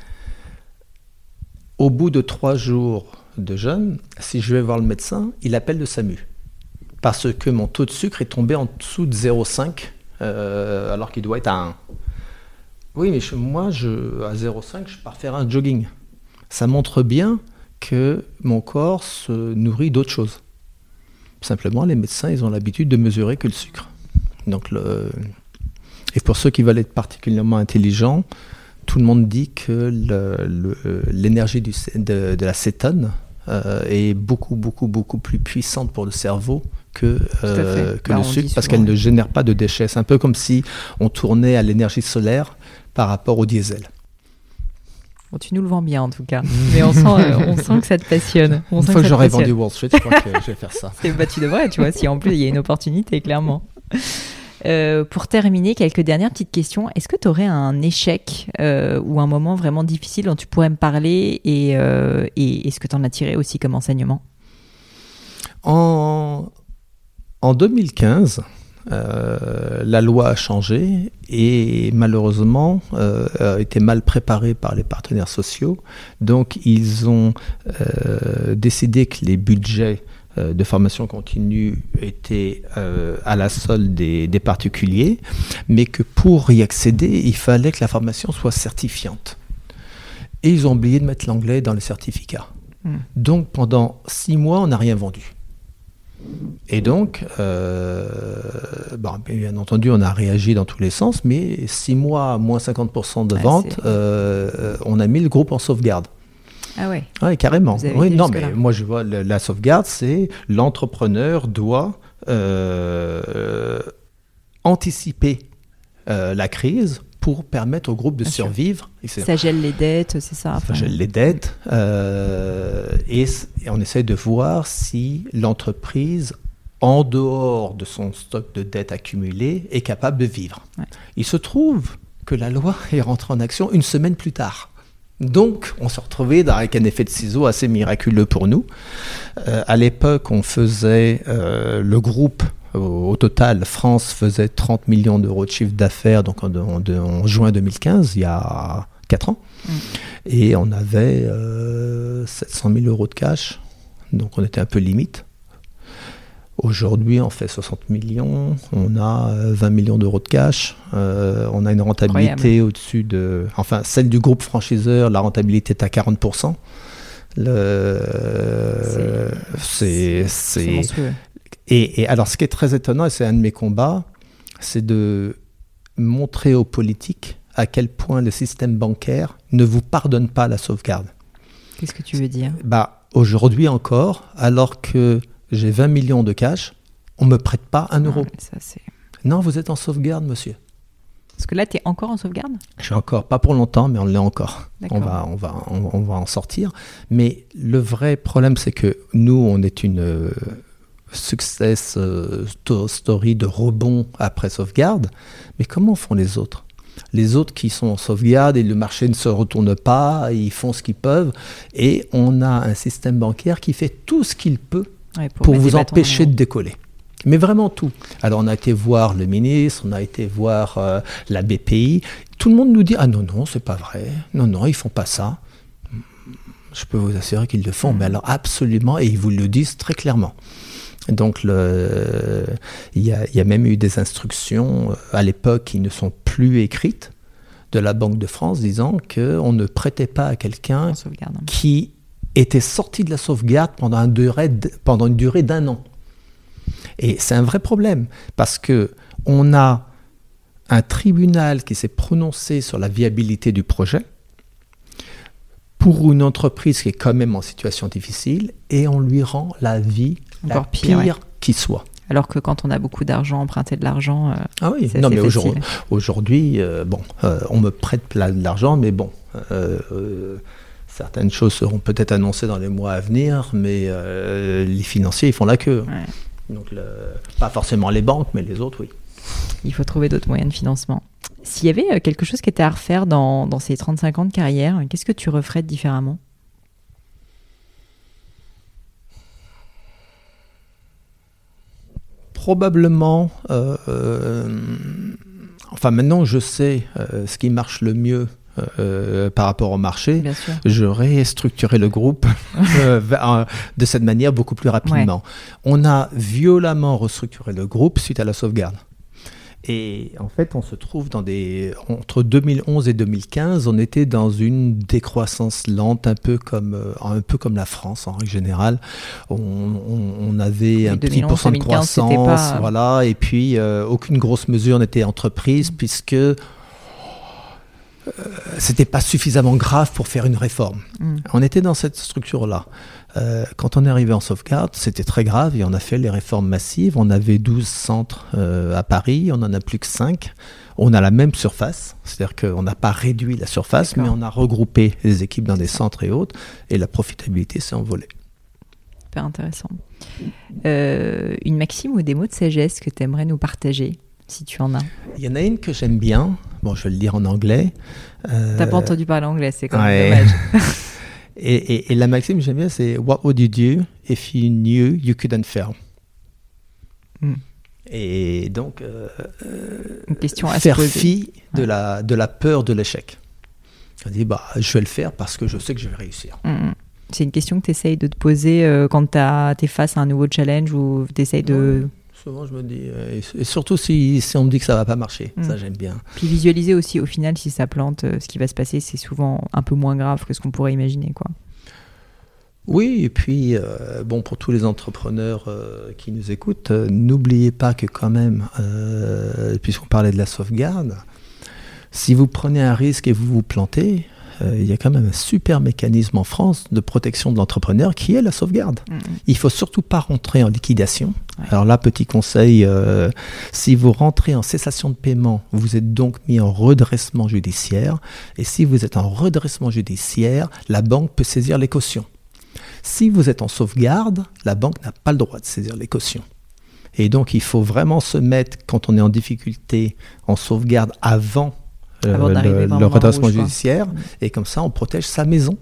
Au bout de 3 jours de jeûne, si je vais voir le médecin, il appelle le SAMU. Parce que mon taux de sucre est tombé en dessous de 0,5, alors qu'il doit être à 1. Oui, mais moi, à 0,5, je pars faire un jogging. Ça montre bien que mon corps se nourrit d'autres choses. Simplement, les médecins, ils ont l'habitude de mesurer que le sucre. Donc, et pour ceux qui veulent être particulièrement intelligents, tout le monde dit que l'énergie de la cétone est beaucoup, beaucoup, beaucoup plus puissante pour le cerveau que le sucre, parce qu'elle ne génère pas de déchets. C'est un peu comme si on tournait à l'énergie solaire par rapport au diesel. Bon, tu nous le vends bien en tout cas, mais on sent que ça te passionne. Une fois que j'aurai vendu Wall Street, je crois que je vais faire ça. Tu devrais, tu vois, si en plus il y a une opportunité, clairement. Pour terminer, quelques dernières petites questions. Est-ce que tu aurais un échec ou un moment vraiment difficile dont tu pourrais me parler et est-ce que tu en as tiré aussi comme enseignement? En 2015, la loi a changé et malheureusement a été mal préparée par les partenaires sociaux. Donc ils ont décidé que les budgets de formation continue étaient à la solde des particuliers, mais que pour y accéder, il fallait que la formation soit certifiante. Et ils ont oublié de mettre l'anglais dans le certificat. Donc pendant 6 mois, on n'a rien vendu. Et donc, bien entendu, on a réagi dans tous les sens, mais 6 mois, moins 50% de vente, on a mis le groupe en sauvegarde. Ah ouais. Ouais, carrément. Oui, non, mais moi je vois la sauvegarde, c'est l'entrepreneur doit anticiper la crise pour permettre au groupe de survivre. Ça gèle les dettes, c'est ça. Ça gèle les dettes et on essaie de voir si l'entreprise, en dehors de son stock de dettes accumulées, est capable de vivre. Ouais. Il se trouve que la loi est rentrée en action 1 semaine plus tard. Donc, on s'est retrouvé avec un effet de ciseau assez miraculeux pour nous. À l'époque, on faisait le groupe. Au total, France faisait 30 millions d'euros de chiffre d'affaires donc en juin 2015, il y a 4 ans. Et on avait 700 000 euros de cash, donc on était un peu limite. Aujourd'hui, on fait 60 millions, on a 20 millions d'euros de cash, on a une rentabilité au-dessus de... Enfin, celle du groupe franchiseur, la rentabilité est à 40%. C'est monstrueux. Et alors, ce qui est très étonnant, et c'est un de mes combats, c'est de montrer aux politiques à quel point le système bancaire ne vous pardonne pas la sauvegarde. Qu'est-ce que tu veux dire ? Aujourd'hui encore, alors que j'ai 20 millions de cash, on ne me prête pas 1 euro. Non, vous êtes en sauvegarde, monsieur. Parce que là, tu es encore en sauvegarde ? Je suis encore, pas pour longtemps, mais on l'est encore. On va en sortir. Mais le vrai problème, c'est que nous, on est une success story de rebond après sauvegarde, mais comment font les autres ? Les autres qui sont en sauvegarde et le marché ne se retourne pas, ils font ce qu'ils peuvent, et on a un système bancaire qui fait tout ce qu'il peut pour vous empêcher de décoller. Mais vraiment tout. Alors on a été voir le ministre, on a été voir la BPI, tout le monde nous dit « Ah non, c'est pas vrai, non, ils font pas ça ». Je peux vous assurer qu'ils le font, mais alors absolument, et ils vous le disent très clairement. Donc il y a même eu des instructions à l'époque qui ne sont plus écrites de la Banque de France disant qu'on ne prêtait pas à quelqu'un qui était sorti de la sauvegarde pendant une durée d'1 an. Et c'est un vrai problème parce qu'on a un tribunal qui s'est prononcé sur la viabilité du projet pour une entreprise qui est quand même en situation difficile et on lui rend la vie encore pire qui soit. Alors que quand on a beaucoup d'argent, emprunter de l'argent, ah oui, c'est assez facile. Aujourd'hui, on me prête de l'argent, mais bon, certaines choses seront peut-être annoncées dans les mois à venir, mais les financiers, ils font la queue. Ouais. Donc, pas forcément les banques, mais les autres, oui. Il faut trouver d'autres moyens de financement. S'il y avait quelque chose qui était à refaire dans ces 35 ans de carrière, qu'est-ce que tu referais différemment ? Probablement, maintenant je sais ce qui marche le mieux par rapport au marché, j'aurais structuré le groupe de cette manière beaucoup plus rapidement. Ouais. On a violemment restructuré le groupe suite à la sauvegarde. Et en fait, on se trouve entre 2011 et 2015, on était dans une décroissance lente, un peu comme la France en règle générale. On avait un petit pourcent de croissance, voilà, et puis aucune grosse mesure n'était entreprise puisque c'était pas suffisamment grave pour faire une réforme. On était dans cette structure-là. Quand on est arrivé en sauvegarde, c'était très grave et on a fait les réformes massives. On avait 12 centres à Paris, on n'en a plus que 5. On a la même surface, c'est-à-dire qu'on n'a pas réduit la surface, mais on a regroupé les équipes dans des centres et autres, et la profitabilité s'est envolée. Super intéressant. Une maxime ou des mots de sagesse que tu aimerais nous partager, si tu en as ? Il y en a une que j'aime bien. Bon, je vais le dire en anglais. T'as pas entendu parler anglais, c'est quand même dommage. Et la maxime que j'aime bien, c'est « What would you do if you knew you couldn't fail ?» Et donc, une question à faire se poser. fi de la peur de l'échec. On dit, je vais le faire parce que je sais que je vais réussir. C'est une question que tu essayes de te poser quand tu es face à un nouveau challenge ou tu essayes de... Souvent, je me dis, et surtout si on me dit que ça ne va pas marcher, ça j'aime bien. Puis visualiser aussi, au final, si ça plante, ce qui va se passer, c'est souvent un peu moins grave que ce qu'on pourrait imaginer, quoi. Oui, et puis, pour tous les entrepreneurs qui nous écoutent, n'oubliez pas que quand même, puisqu'on parlait de la sauvegarde, si vous prenez un risque et vous vous plantez, il y a quand même un super mécanisme en France de protection de l'entrepreneur qui est la sauvegarde. Il ne faut surtout pas rentrer en liquidation. Ouais. Alors là, petit conseil, si vous rentrez en cessation de paiement, vous êtes donc mis en redressement judiciaire. Et si vous êtes en redressement judiciaire, la banque peut saisir les cautions. Si vous êtes en sauvegarde, la banque n'a pas le droit de saisir les cautions. Et donc, il faut vraiment se mettre, quand on est en difficulté, en sauvegarde avant le redressement judiciaire, et comme ça on protège sa maison.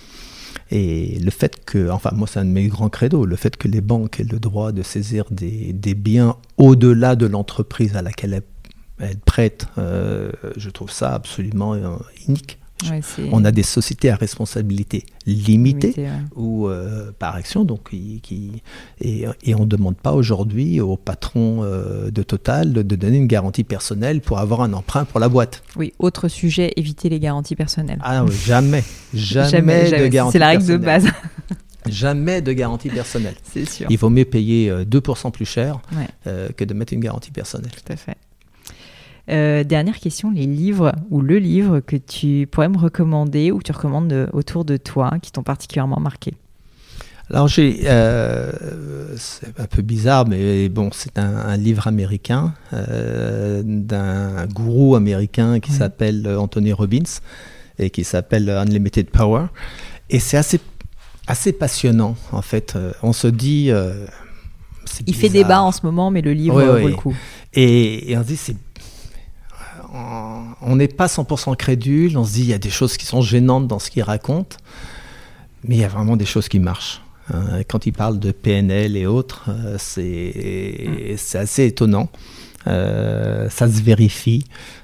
Et le fait que, moi c'est un de mes grands credos, le fait que les banques aient le droit de saisir des biens au-delà de l'entreprise à laquelle elles prêtent, je trouve ça absolument unique. Ouais, on a des sociétés à responsabilité limitée ou par action, donc et on ne demande pas aujourd'hui au patron de Total de donner une garantie personnelle pour avoir un emprunt pour la boîte. Oui, autre sujet, éviter les garanties personnelles. Ah oui, jamais de garantie personnelle. C'est la règle de base. Jamais de garantie personnelle. C'est sûr. Il vaut mieux payer 2% plus cher que de mettre une garantie personnelle. Tout à fait. Dernière question, les livres ou le livre que tu pourrais me recommander ou que tu recommandes autour de toi qui t'ont particulièrement marqué? Alors c'est un peu bizarre, mais bon, c'est un livre américain d'un gourou américain qui s'appelle Anthony Robbins et qui s'appelle Unlimited Power. Et c'est assez passionnant en fait. On se dit... Il fait débat en ce moment, mais le livre vaut le coup. Et on se dit, on n'est pas 100% crédule, on se dit, il y a des choses qui sont gênantes dans ce qu'il raconte, mais il y a vraiment des choses qui marchent. Quand il parle de PNL et autres, c'est assez étonnant. Ça se vérifie.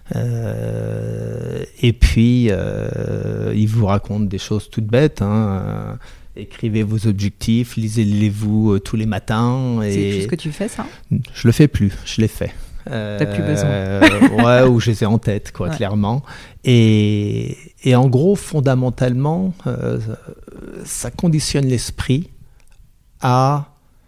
Et puis, il vous raconte des choses toutes bêtes. Écrivez vos objectifs, lisez-les-vous tous les matins. C'est quelque chose que tu fais, ça ? Je le fais plus, je l'ai fait. T'as plus besoin. Ouais, ou je les ai en tête, quoi, clairement. Et en gros, fondamentalement, ça conditionne l'esprit à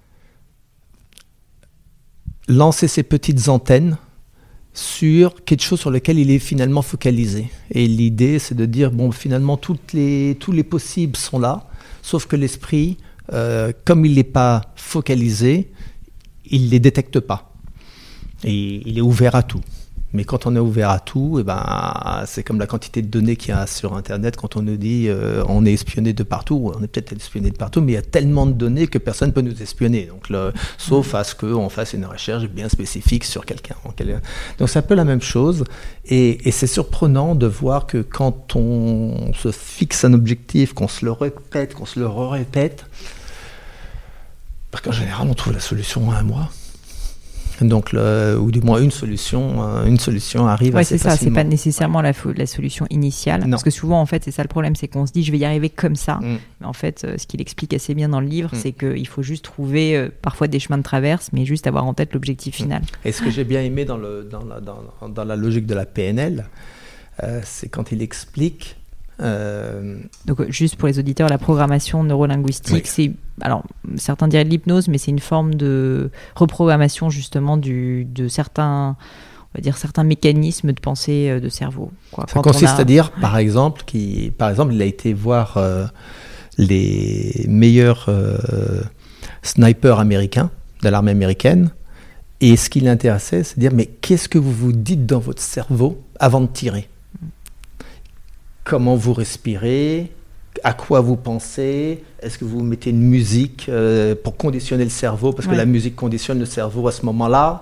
lancer ses petites antennes sur quelque chose sur lequel il est finalement focalisé. Et l'idée, c'est de dire, bon, finalement, tous les possibles sont là, sauf que l'esprit, comme il n'est pas focalisé, il ne les détecte pas. Et il est ouvert à tout. Mais quand on est ouvert à tout, c'est comme la quantité de données qu'il y a sur Internet. Quand on nous dit on est espionné de partout, on est peut-être espionné de partout, mais il y a tellement de données que personne ne peut nous espionner. Donc, sauf à ce qu'on fasse une recherche bien spécifique sur quelqu'un. Donc c'est un peu la même chose. Et c'est surprenant de voir que quand on se fixe un objectif, qu'on se le répète, qu'on se le répète, parce qu'en général on trouve la solution en un mois. Donc, ou du moins une solution arrive assez facilement. C'est pas nécessairement la solution initiale. Non. Parce que souvent, en fait, c'est ça le problème, c'est qu'on se dit je vais y arriver comme ça. Mais en fait, ce qu'il explique assez bien dans le livre, c'est qu'il faut juste trouver parfois des chemins de traverse, mais juste avoir en tête l'objectif final. Et ce que j'ai bien aimé dans la logique de la PNL, c'est quand il explique. Donc juste pour les auditeurs, la programmation neurolinguistique, c'est, alors certains diraient de l'hypnose, mais c'est une forme de reprogrammation justement de certains, on va dire, certains mécanismes de pensée de cerveau. Ça consiste à dire, par exemple, il a été voir les meilleurs snipers américains de l'armée américaine, et ce qui l'intéressait, c'est de dire, mais qu'est-ce que vous vous dites dans votre cerveau avant de tirer ? Comment vous respirez, à quoi vous pensez, est-ce que vous mettez une musique pour conditionner le cerveau, parce que la musique conditionne le cerveau à ce moment-là.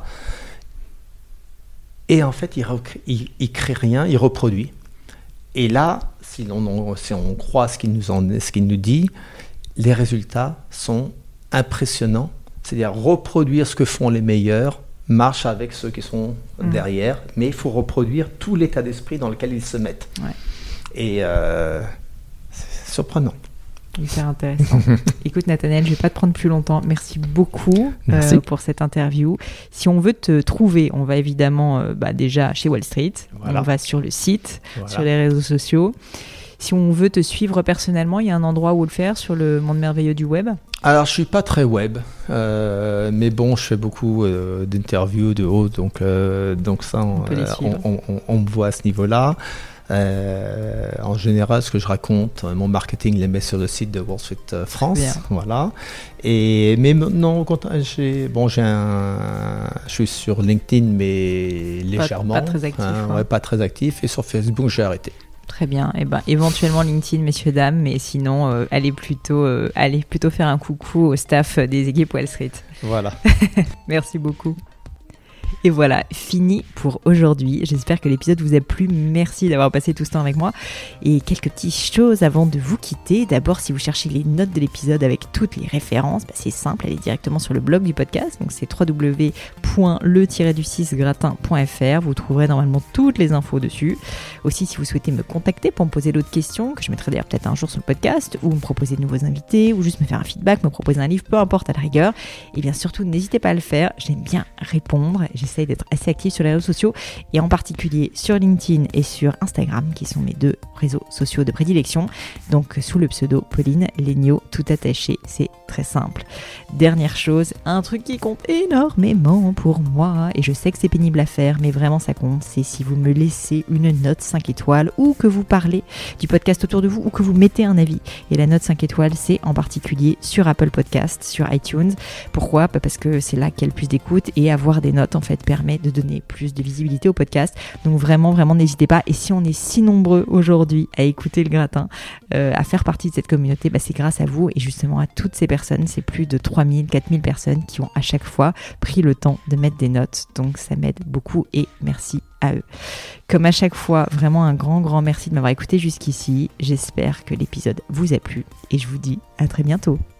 Et en fait, il crée rien, il reproduit. Et là, si on croit ce qu'il nous dit, les résultats sont impressionnants. C'est-à-dire reproduire ce que font les meilleurs marche avec ceux qui sont derrière, mais il faut reproduire tout l'état d'esprit dans lequel ils se mettent. Ouais. Et c'est surprenant. Hyper intéressant. Écoute Nathanaël, je ne vais pas te prendre plus longtemps. Merci beaucoup pour cette interview. Si on veut te trouver, on va évidemment déjà chez Wall Street. Voilà. On va sur le site, sur les réseaux sociaux. Si on veut te suivre personnellement, il y a un endroit où le faire sur le monde merveilleux du web ? Alors, je ne suis pas très web, mais bon, je fais beaucoup d'interviews de haut, donc ça, on me voit à ce niveau-là. En général, ce que je raconte, mon marketing les met sur le site de Wall Street France, voilà. Mais non, je suis sur LinkedIn, mais légèrement, pas très actif, pas très actif, et sur Facebook, j'ai arrêté. Très bien. Éventuellement LinkedIn, messieurs dames, mais sinon, allez plutôt faire un coucou au staff des équipes Wall Street. Voilà. Merci beaucoup. Et voilà, fini pour aujourd'hui. J'espère que l'épisode vous a plu. Merci d'avoir passé tout ce temps avec moi. Et quelques petites choses avant de vous quitter. D'abord, si vous cherchez les notes de l'épisode avec toutes les références, c'est simple, allez directement sur le blog du podcast. Donc c'est www.le-du6gratin.fr. Vous trouverez normalement toutes les infos dessus. Aussi, si vous souhaitez me contacter pour me poser d'autres questions, que je mettrai d'ailleurs peut-être un jour sur le podcast, ou me proposer de nouveaux invités, ou juste me faire un feedback, me proposer un livre, peu importe à la rigueur, et bien surtout, n'hésitez pas à le faire. J'aime bien répondre. J'essaye d'être assez active sur les réseaux sociaux et en particulier sur LinkedIn et sur Instagram qui sont mes 2 réseaux sociaux de prédilection, donc sous le pseudo Pauline Léniaud, tout attaché, c'est très simple. Dernière chose, un truc qui compte énormément pour moi et je sais que c'est pénible à faire mais vraiment ça compte, c'est si vous me laissez une note 5 étoiles ou que vous parlez du podcast autour de vous ou que vous mettez un avis. Et la note 5 étoiles, c'est en particulier sur Apple Podcast, sur iTunes. Pourquoi ? Parce que c'est là qu'il y a le plus d'écoute et avoir des notes en fait permet de donner plus de visibilité au podcast. Donc vraiment n'hésitez pas. Et si on est si nombreux aujourd'hui à écouter le gratin, à faire partie de cette communauté, c'est grâce à vous et justement à toutes ces personnes. C'est plus de 3000, 4000 personnes qui ont à chaque fois pris le temps de mettre des notes. Donc ça m'aide beaucoup et merci à eux. Comme à chaque fois, vraiment un grand merci de m'avoir écouté jusqu'ici. J'espère que l'épisode vous a plu et je vous dis à très bientôt.